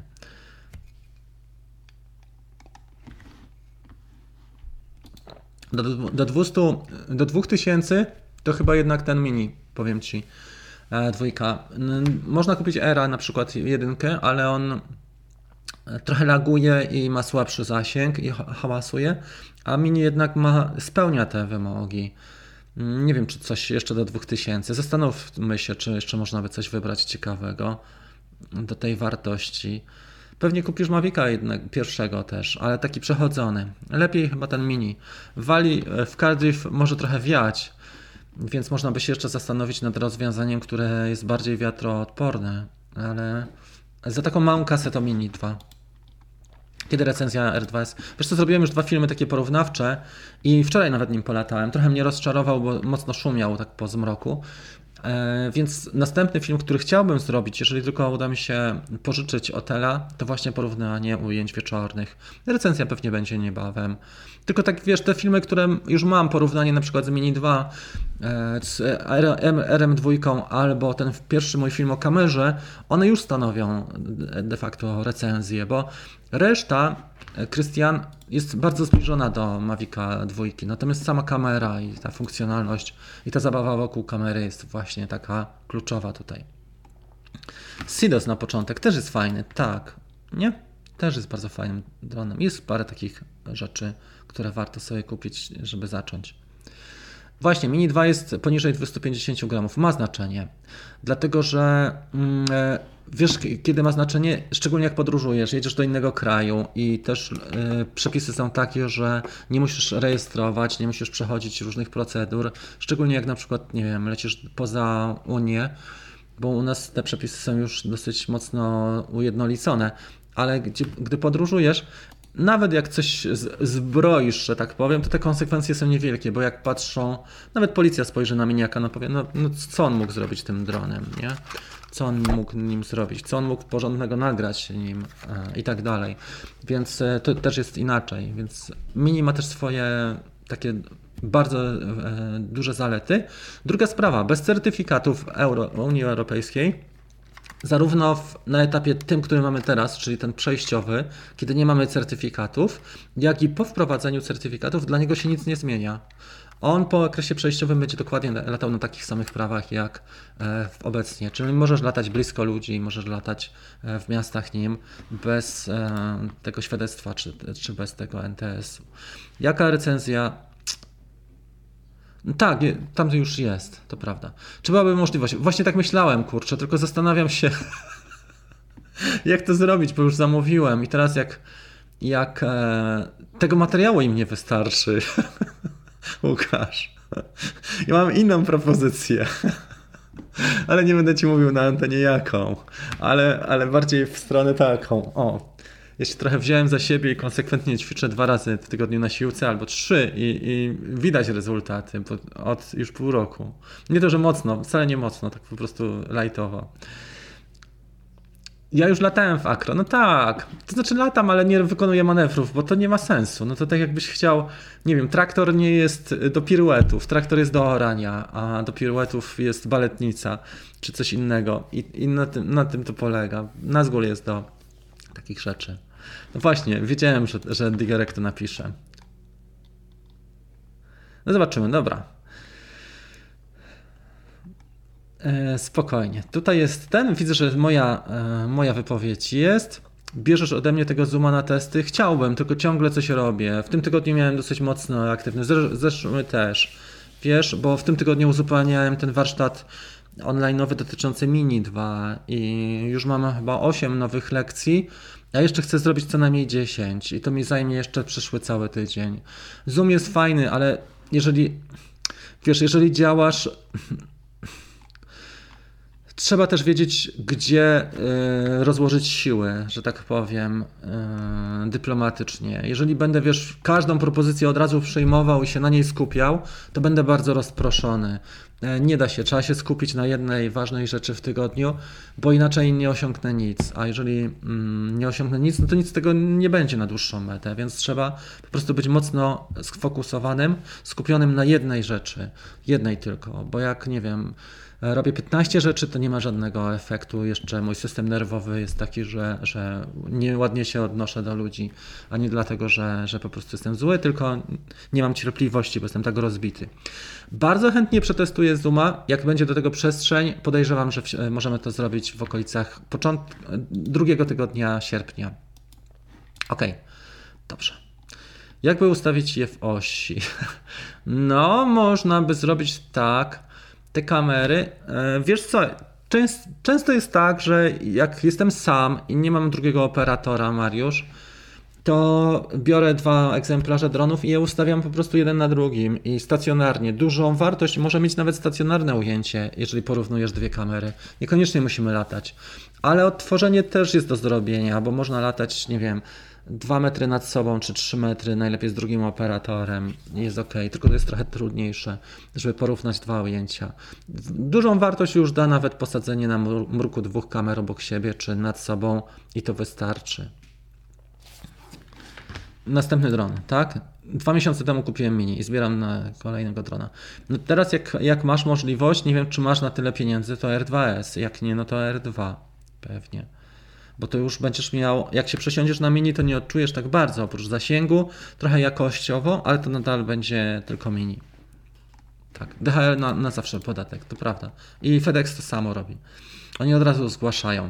Do 2000 to chyba jednak ten mini, powiem Ci, dwójka. Można kupić Era, na przykład jedynkę, ale on trochę laguje i ma słabszy zasięg i hałasuje, a mini jednak spełnia te wymogi. Nie wiem, czy coś jeszcze do 2000. Zastanówmy się, czy jeszcze można by coś wybrać ciekawego do tej wartości. Pewnie kupisz Mavica pierwszego też, ale taki przechodzony. Lepiej chyba ten mini. Wali w Cardiff może trochę wiać, więc można by się jeszcze zastanowić nad rozwiązaniem, które jest bardziej wiatroodporne, ale za taką małą kasę to mini 2. Kiedy recenzja R2S? Wiesz co, zrobiłem już 2 filmy takie porównawcze i wczoraj nawet nim polatałem. Trochę mnie rozczarował, bo mocno szumiał tak po zmroku. Więc następny film, który chciałbym zrobić, jeżeli tylko uda mi się pożyczyć Otela, to właśnie porównywanie ujęć wieczornych. Recenzja pewnie będzie niebawem. Tylko tak wiesz, te filmy, które już mam, porównanie na przykład z Mini 2, z RM2 albo ten pierwszy mój film o kamerze, one już stanowią de facto recenzję, bo reszta, Krystian, jest bardzo zbliżona do Mavica 2, natomiast sama kamera i ta funkcjonalność i ta zabawa wokół kamery jest właśnie taka kluczowa tutaj. Sidos na początek też jest fajny, tak, nie? Też jest bardzo fajnym dronem. Jest parę takich rzeczy, które warto sobie kupić, żeby zacząć. Właśnie, Mini 2 jest poniżej 250 gramów. Ma znaczenie, dlatego że wiesz, kiedy ma znaczenie, szczególnie jak podróżujesz, jedziesz do innego kraju i też przepisy są takie, że nie musisz rejestrować, nie musisz przechodzić różnych procedur, szczególnie jak na przykład, nie wiem, lecisz poza Unię, bo u nas te przepisy są już dosyć mocno ujednolicone, ale gdy podróżujesz, nawet jak coś zbroisz, że tak powiem, to te konsekwencje są niewielkie, bo jak patrzą, nawet policja spojrzy na miniaka, no powie, no co on mógł zrobić tym dronem, nie? Co on mógł nim zrobić, co on mógł porządnego nagrać nim i tak dalej. Więc to też jest inaczej, więc mini ma też swoje takie bardzo duże zalety. Druga sprawa, bez certyfikatów Unii Europejskiej, zarówno na etapie tym, który mamy teraz, czyli ten przejściowy, kiedy nie mamy certyfikatów, jak i po wprowadzeniu certyfikatów, dla niego się nic nie zmienia. On po okresie przejściowym będzie dokładnie latał na takich samych prawach jak obecnie, czyli możesz latać blisko ludzi, możesz latać w miastach nim bez tego świadectwa czy bez tego NTS-u. Jaka recenzja? Tak, tam już jest, to prawda. Czy byłaby możliwość? Właśnie tak myślałem, kurczę, tylko zastanawiam się, jak to zrobić, bo już zamówiłem i teraz jak tego materiału im nie wystarczy, Łukasz, ja mam inną propozycję, ale nie będę Ci mówił na antenie jaką, ale bardziej w stronę taką, ja się trochę wziąłem za siebie i konsekwentnie ćwiczę 2 razy w tygodniu na siłce albo 3 i widać rezultaty od już pół roku. Nie to, że mocno, wcale nie mocno, tak po prostu lightowo. Ja już latałem w akro, no tak, to znaczy latam, ale nie wykonuję manewrów, bo to nie ma sensu. No to tak jakbyś chciał, nie wiem, traktor nie jest do piruetów, traktor jest do orania, a do piruetów jest baletnica, czy coś innego i na tym to polega. Nazgul jest do takich rzeczy. No właśnie, wiedziałem, że Digerek to napisze. No zobaczymy, dobra. Spokojnie. Tutaj jest ten, widzę, że moja wypowiedź jest. Bierzesz ode mnie tego Zooma na testy? Chciałbym, tylko ciągle coś robię. W tym tygodniu miałem dosyć mocno aktywny, zeszły też. Wiesz, bo w tym tygodniu uzupełniałem ten warsztat online'owy dotyczący Mini 2 i już mam chyba 8 nowych lekcji, a jeszcze chcę zrobić co najmniej 10 i to mi zajmie jeszcze przyszły cały tydzień. Zoom jest fajny, ale jeżeli działasz... Trzeba też wiedzieć, gdzie rozłożyć siły, że tak powiem, dyplomatycznie. Jeżeli będę, każdą propozycję od razu przyjmował i się na niej skupiał, to będę bardzo rozproszony. Nie da się, trzeba się skupić na jednej ważnej rzeczy w tygodniu, bo inaczej nie osiągnę nic. A jeżeli nie osiągnę nic, no to nic z tego nie będzie na dłuższą metę, więc trzeba po prostu być mocno sfokusowanym, skupionym na jednej rzeczy, jednej tylko, bo jak, nie wiem, robię 15 rzeczy, to nie ma żadnego efektu. Jeszcze mój system nerwowy jest taki, że nieładnie się odnoszę do ludzi, a nie dlatego, że po prostu jestem zły, tylko nie mam cierpliwości, bo jestem tak rozbity. Bardzo chętnie przetestuję Zooma. Jak będzie do tego przestrzeń, podejrzewam, że możemy to zrobić w okolicach drugiego tygodnia sierpnia. Ok, dobrze. Jakby ustawić je w osi? No, można by zrobić tak. Te kamery, wiesz co, często jest tak, że jak jestem sam i nie mam drugiego operatora, Mariusz, to biorę 2 egzemplarze dronów i je ustawiam po prostu jeden na drugim i stacjonarnie. Dużą wartość może mieć nawet stacjonarne ujęcie, jeżeli porównujesz 2 kamery. Niekoniecznie musimy latać, ale odtworzenie też jest do zrobienia, bo można latać, nie wiem, 2 metry nad sobą czy 3 metry, najlepiej z drugim operatorem, jest ok, tylko to jest trochę trudniejsze, żeby porównać 2 ujęcia. Dużą wartość już da nawet posadzenie na mruku 2 kamer obok siebie czy nad sobą i to wystarczy. Następny dron, tak? 2 miesiące temu kupiłem Mini i zbieram na kolejnego drona. No teraz jak masz możliwość, nie wiem czy masz na tyle pieniędzy, to R2S, jak nie, no to R2 pewnie. Bo to już będziesz miał, jak się przesiądziesz na Mini, to nie odczujesz tak bardzo, oprócz zasięgu, trochę jakościowo, ale to nadal będzie tylko Mini. Tak, DHL na zawsze podatek, to prawda. I FedEx to samo robi. Oni od razu zgłaszają.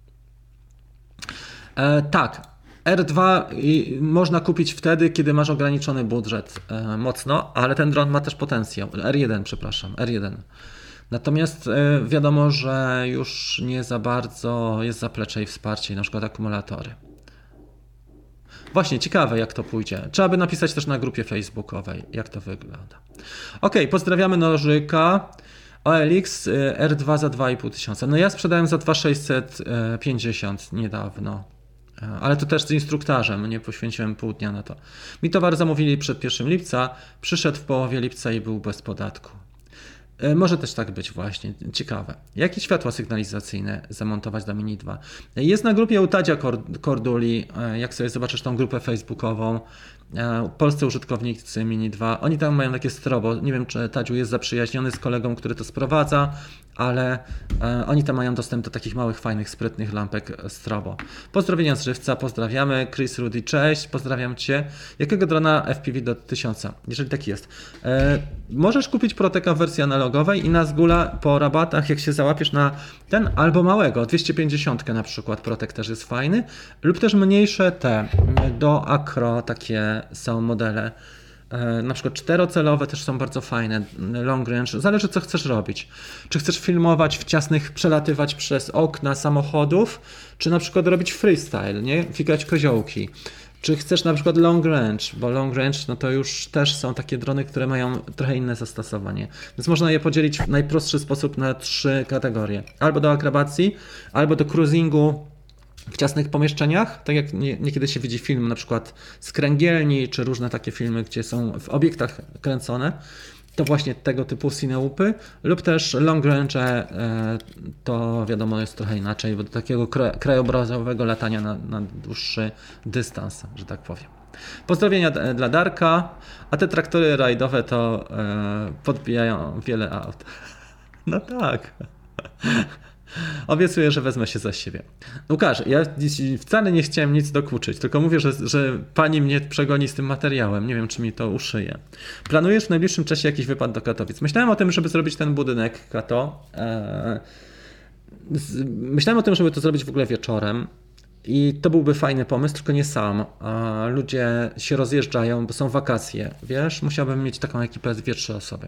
Tak, R2 można kupić wtedy, kiedy masz ograniczony budżet mocno, ale ten dron ma też potencjał. R1. Natomiast wiadomo, że już nie za bardzo jest zaplecze i wsparcie, na przykład akumulatory. Właśnie, ciekawe jak to pójdzie. Trzeba by napisać też na grupie facebookowej, jak to wygląda. Ok, pozdrawiamy Nożyka. OLX R2 za 2500. No ja sprzedałem za 2650 niedawno. Ale to też z instruktarzem, nie poświęciłem pół dnia na to. Mi towar zamówili przed 1 lipca, przyszedł w połowie lipca i był bez podatku. Może też tak być właśnie, ciekawe. Jakie światła sygnalizacyjne zamontować do Mini 2? Jest na grupie u Tadzia Korduli, jak sobie zobaczysz tą grupę facebookową, polscy użytkownicy Mini 2, oni tam mają takie strobo, nie wiem czy Tadziu jest zaprzyjaźniony z kolegą, który to sprowadza, ale oni tam mają dostęp do takich małych, fajnych, sprytnych lampek strobo. Pozdrowienia z Żywca, pozdrawiamy, Chris Rudy, cześć, pozdrawiam Cię. Jakiego drona FPV do 1000? Jeżeli taki jest. Możesz kupić Proteka w wersji analogowej i Nazgula po rabatach, jak się załapiesz na ten albo małego, 250 na przykład, Protek też jest fajny, lub też mniejsze te do Acro, takie są modele. Na przykład 4-celowe też są bardzo fajne, long range, zależy co chcesz robić. Czy chcesz filmować w ciasnych, przelatywać przez okna samochodów, czy na przykład robić freestyle, nie? Fikać koziołki. Czy chcesz na przykład long range, bo long range no to już też są takie drony, które mają trochę inne zastosowanie. Więc można je podzielić w najprostszy sposób na 3 kategorie. Albo do akrobacji, albo do cruisingu w ciasnych pomieszczeniach, tak jak niekiedy się widzi film na przykład z kręgielni, czy różne takie filmy, gdzie są w obiektach kręcone, to właśnie tego typu cineupy lub też long range, to wiadomo jest trochę inaczej, bo do takiego krajobrazowego latania na dłuższy dystans, że tak powiem. Pozdrowienia dla Darka, a te traktory rajdowe to podbijają wiele aut. No tak. Obiecuję, że wezmę się za siebie. Łukasz, ja wcale nie chciałem nic dokuczyć, tylko mówię, że pani mnie przegoni z tym materiałem. Nie wiem, czy mi to uszyje. Planujesz w najbliższym czasie jakiś wypad do Katowic? Myślałem o tym, żeby zrobić ten budynek Kato. Myślałem o tym, żeby to zrobić w ogóle wieczorem. I to byłby fajny pomysł, tylko nie sam. Ludzie się rozjeżdżają, bo są wakacje. Wiesz, musiałbym mieć taką ekipę z 2-3 osoby.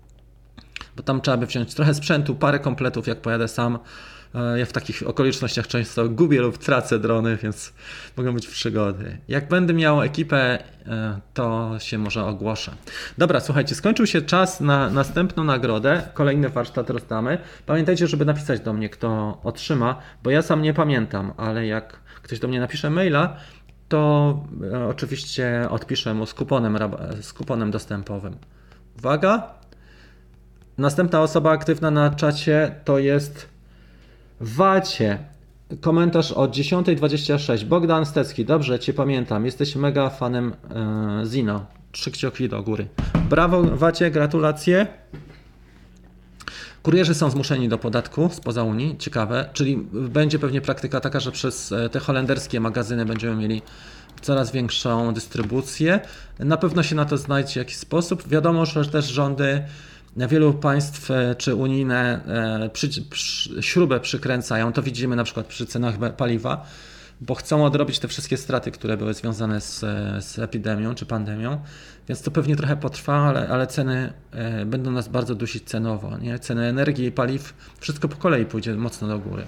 Bo tam trzeba by wziąć trochę sprzętu, parę kompletów, jak pojadę sam. Ja w takich okolicznościach często gubię lub tracę drony, więc mogą być przygody. Jak będę miał ekipę, to się może ogłoszę. Dobra, słuchajcie, skończył się czas na następną nagrodę. Kolejny warsztat rozdamy. Pamiętajcie, żeby napisać do mnie, kto otrzyma, bo ja sam nie pamiętam, ale jak ktoś do mnie napisze maila, to oczywiście odpiszę mu z kuponem dostępowym. Uwaga! Następna osoba aktywna na czacie to jest Wacie. Komentarz o 10:26. Bogdan Stecki. Dobrze, cię pamiętam. Jesteś mega fanem Zino. 3 kciuki do góry. Brawo Wacie, gratulacje. Kurierzy są zmuszeni do podatku spoza Unii. Ciekawe. Czyli będzie pewnie praktyka taka, że przez te holenderskie magazyny będziemy mieli coraz większą dystrybucję. Na pewno się na to znajdzie jakiś sposób. Wiadomo, że też rządy wielu państw czy unijne śrubę przykręcają, to widzimy na przykład przy cenach paliwa, bo chcą odrobić te wszystkie straty, które były związane z epidemią czy pandemią, więc to pewnie trochę potrwa, ale ceny będą nas bardzo dusić cenowo. Nie? Ceny energii i paliw, wszystko po kolei pójdzie mocno do góry.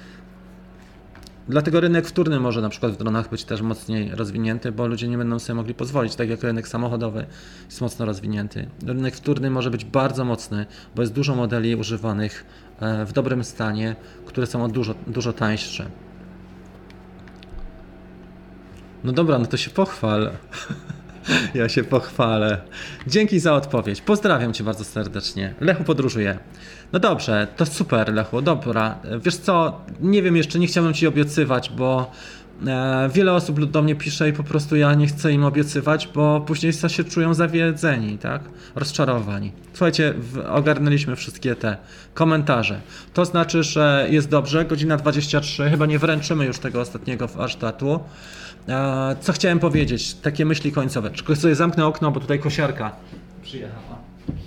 Dlatego rynek wtórny może na przykład w dronach być też mocniej rozwinięty, bo ludzie nie będą sobie mogli pozwolić, tak jak rynek samochodowy jest mocno rozwinięty. Rynek wtórny może być bardzo mocny, bo jest dużo modeli używanych w dobrym stanie, które są dużo tańsze. No dobra, no to się pochwal. Ja się pochwalę. Dzięki za odpowiedź. Pozdrawiam cię bardzo serdecznie. Lechu podróżuje. No dobrze, to super Lechu, dobra. Wiesz co, nie wiem jeszcze, nie chciałbym ci obiecywać, bo wiele osób do mnie pisze i po prostu ja nie chcę im obiecywać, bo później się czują zawiedzeni, tak? Rozczarowani. Słuchajcie, ogarnęliśmy wszystkie te komentarze. To znaczy, że jest dobrze, godzina 23, chyba nie wręczymy już tego ostatniego warsztatu. Co chciałem powiedzieć? Takie myśli końcowe. Tylko sobie zamknę okno, bo tutaj kosiarka przyjechała.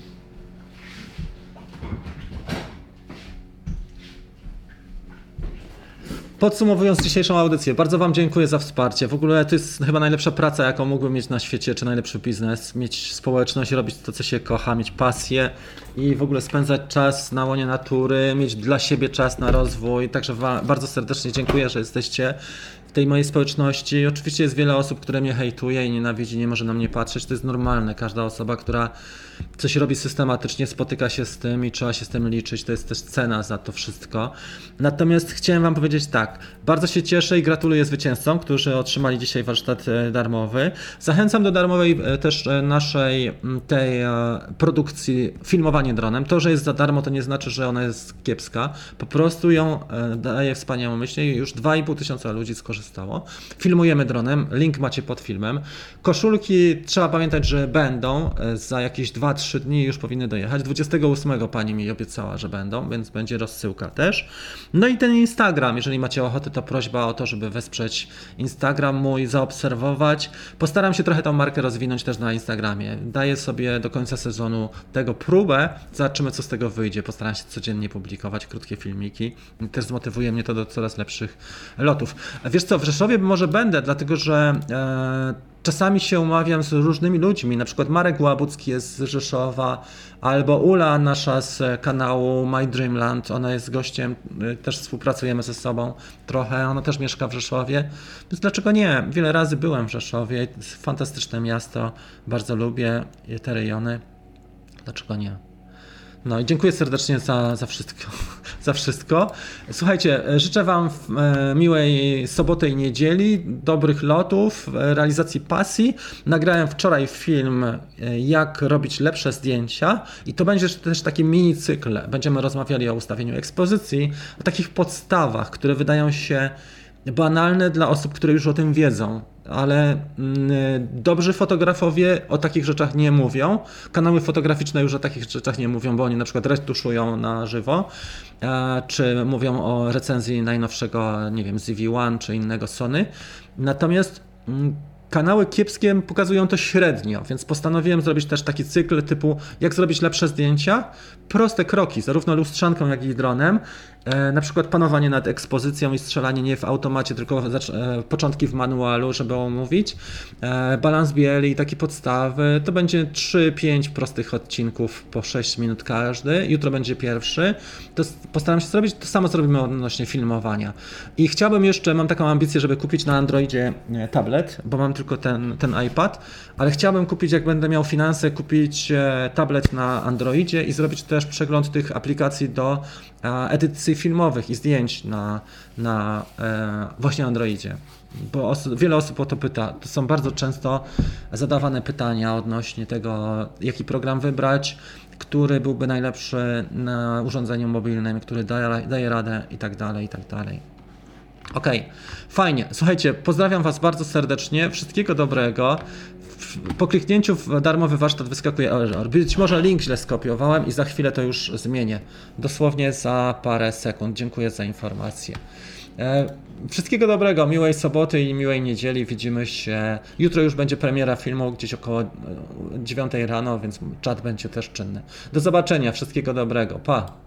Podsumowując dzisiejszą audycję, bardzo Wam dziękuję za wsparcie. W ogóle to jest chyba najlepsza praca, jaką mógłbym mieć na świecie, czy najlepszy biznes. Mieć społeczność, robić to, co się kocha, mieć pasję i w ogóle spędzać czas na łonie natury, mieć dla siebie czas na rozwój. Także Wam bardzo serdecznie dziękuję, że jesteście w tej mojej społeczności. Oczywiście jest wiele osób, które mnie hejtuje i nienawidzi, nie może na mnie patrzeć. To jest normalne. Każda osoba, która coś robi systematycznie, spotyka się z tym i trzeba się z tym liczyć. To jest też cena za to wszystko. Natomiast chciałem Wam powiedzieć tak. Bardzo się cieszę i gratuluję zwycięzcom, którzy otrzymali dzisiaj warsztat darmowy. Zachęcam do darmowej też naszej tej produkcji filmowanie dronem. To, że jest za darmo, to nie znaczy, że ona jest kiepska. Po prostu ją daje wspaniałomyślnie i już 2500 ludzi skorzystało. Filmujemy dronem. Link macie pod filmem. Koszulki trzeba pamiętać, że będą za jakieś 2-3 dni już powinny dojechać. 28 pani mi obiecała, że będą, więc będzie rozsyłka też. No i ten Instagram, jeżeli macie ochotę, to prośba o to, żeby wesprzeć Instagram mój, zaobserwować. Postaram się trochę tą markę rozwinąć też na Instagramie. Daję sobie do końca sezonu tego próbę. Zobaczymy, co z tego wyjdzie. Postaram się codziennie publikować krótkie filmiki. Też zmotywuje mnie to do coraz lepszych lotów. Wiesz co, w Rzeszowie może będę, dlatego że czasami się umawiam z różnymi ludźmi, na przykład Marek Łabucki jest z Rzeszowa, albo Ula, nasza z kanału My Dreamland, ona jest gościem, też współpracujemy ze sobą trochę, ona też mieszka w Rzeszowie, więc dlaczego nie? Wiele razy byłem w Rzeszowie, to jest fantastyczne miasto, bardzo lubię te rejony, dlaczego nie? No i dziękuję serdecznie za wszystko. Za wszystko. Słuchajcie, życzę Wam miłej soboty i niedzieli, dobrych lotów, realizacji pasji. Nagrałem wczoraj film, jak robić lepsze zdjęcia i to będzie też taki mini cykl. Będziemy rozmawiali o ustawieniu ekspozycji, o takich podstawach, które wydają się banalne dla osób, które już o tym wiedzą, ale dobrzy fotografowie o takich rzeczach nie mówią. Kanały fotograficzne już o takich rzeczach nie mówią, bo oni na przykład retuszują na żywo, czy mówią o recenzji najnowszego, nie wiem, ZV-1 czy innego Sony. Natomiast kanały kiepskie pokazują to średnio, więc postanowiłem zrobić też taki cykl typu jak zrobić lepsze zdjęcia, proste kroki, zarówno lustrzanką, jak i dronem, na przykład panowanie nad ekspozycją i strzelanie nie w automacie, tylko początki w manualu, żeby omówić, balans bieli i takie podstawy, to będzie 3-5 prostych odcinków po 6 minut każdy, jutro będzie pierwszy, to postaram się zrobić, to samo zrobimy odnośnie filmowania i chciałbym jeszcze, mam taką ambicję, żeby kupić na Androidzie tablet, bo mam tylko ten iPad, ale chciałbym kupić, jak będę miał finanse, kupić tablet na Androidzie i zrobić też przegląd tych aplikacji do edycji filmowych i zdjęć na właśnie Androidzie, bo wiele osób o to pyta. To są bardzo często zadawane pytania odnośnie tego, jaki program wybrać, który byłby najlepszy na urządzeniu mobilnym, który daje radę i tak dalej, i tak dalej. Okej, fajnie. Słuchajcie, pozdrawiam Was bardzo serdecznie, wszystkiego dobrego. Po kliknięciu w darmowy warsztat wyskakuje error. Być może link źle skopiowałem i za chwilę to już zmienię. Dosłownie za parę sekund. Dziękuję za informację. Wszystkiego dobrego, miłej soboty i miłej niedzieli. Widzimy się. Jutro już będzie premiera filmu gdzieś około 9 rano, więc czat będzie też czynny. Do zobaczenia, wszystkiego dobrego. Pa!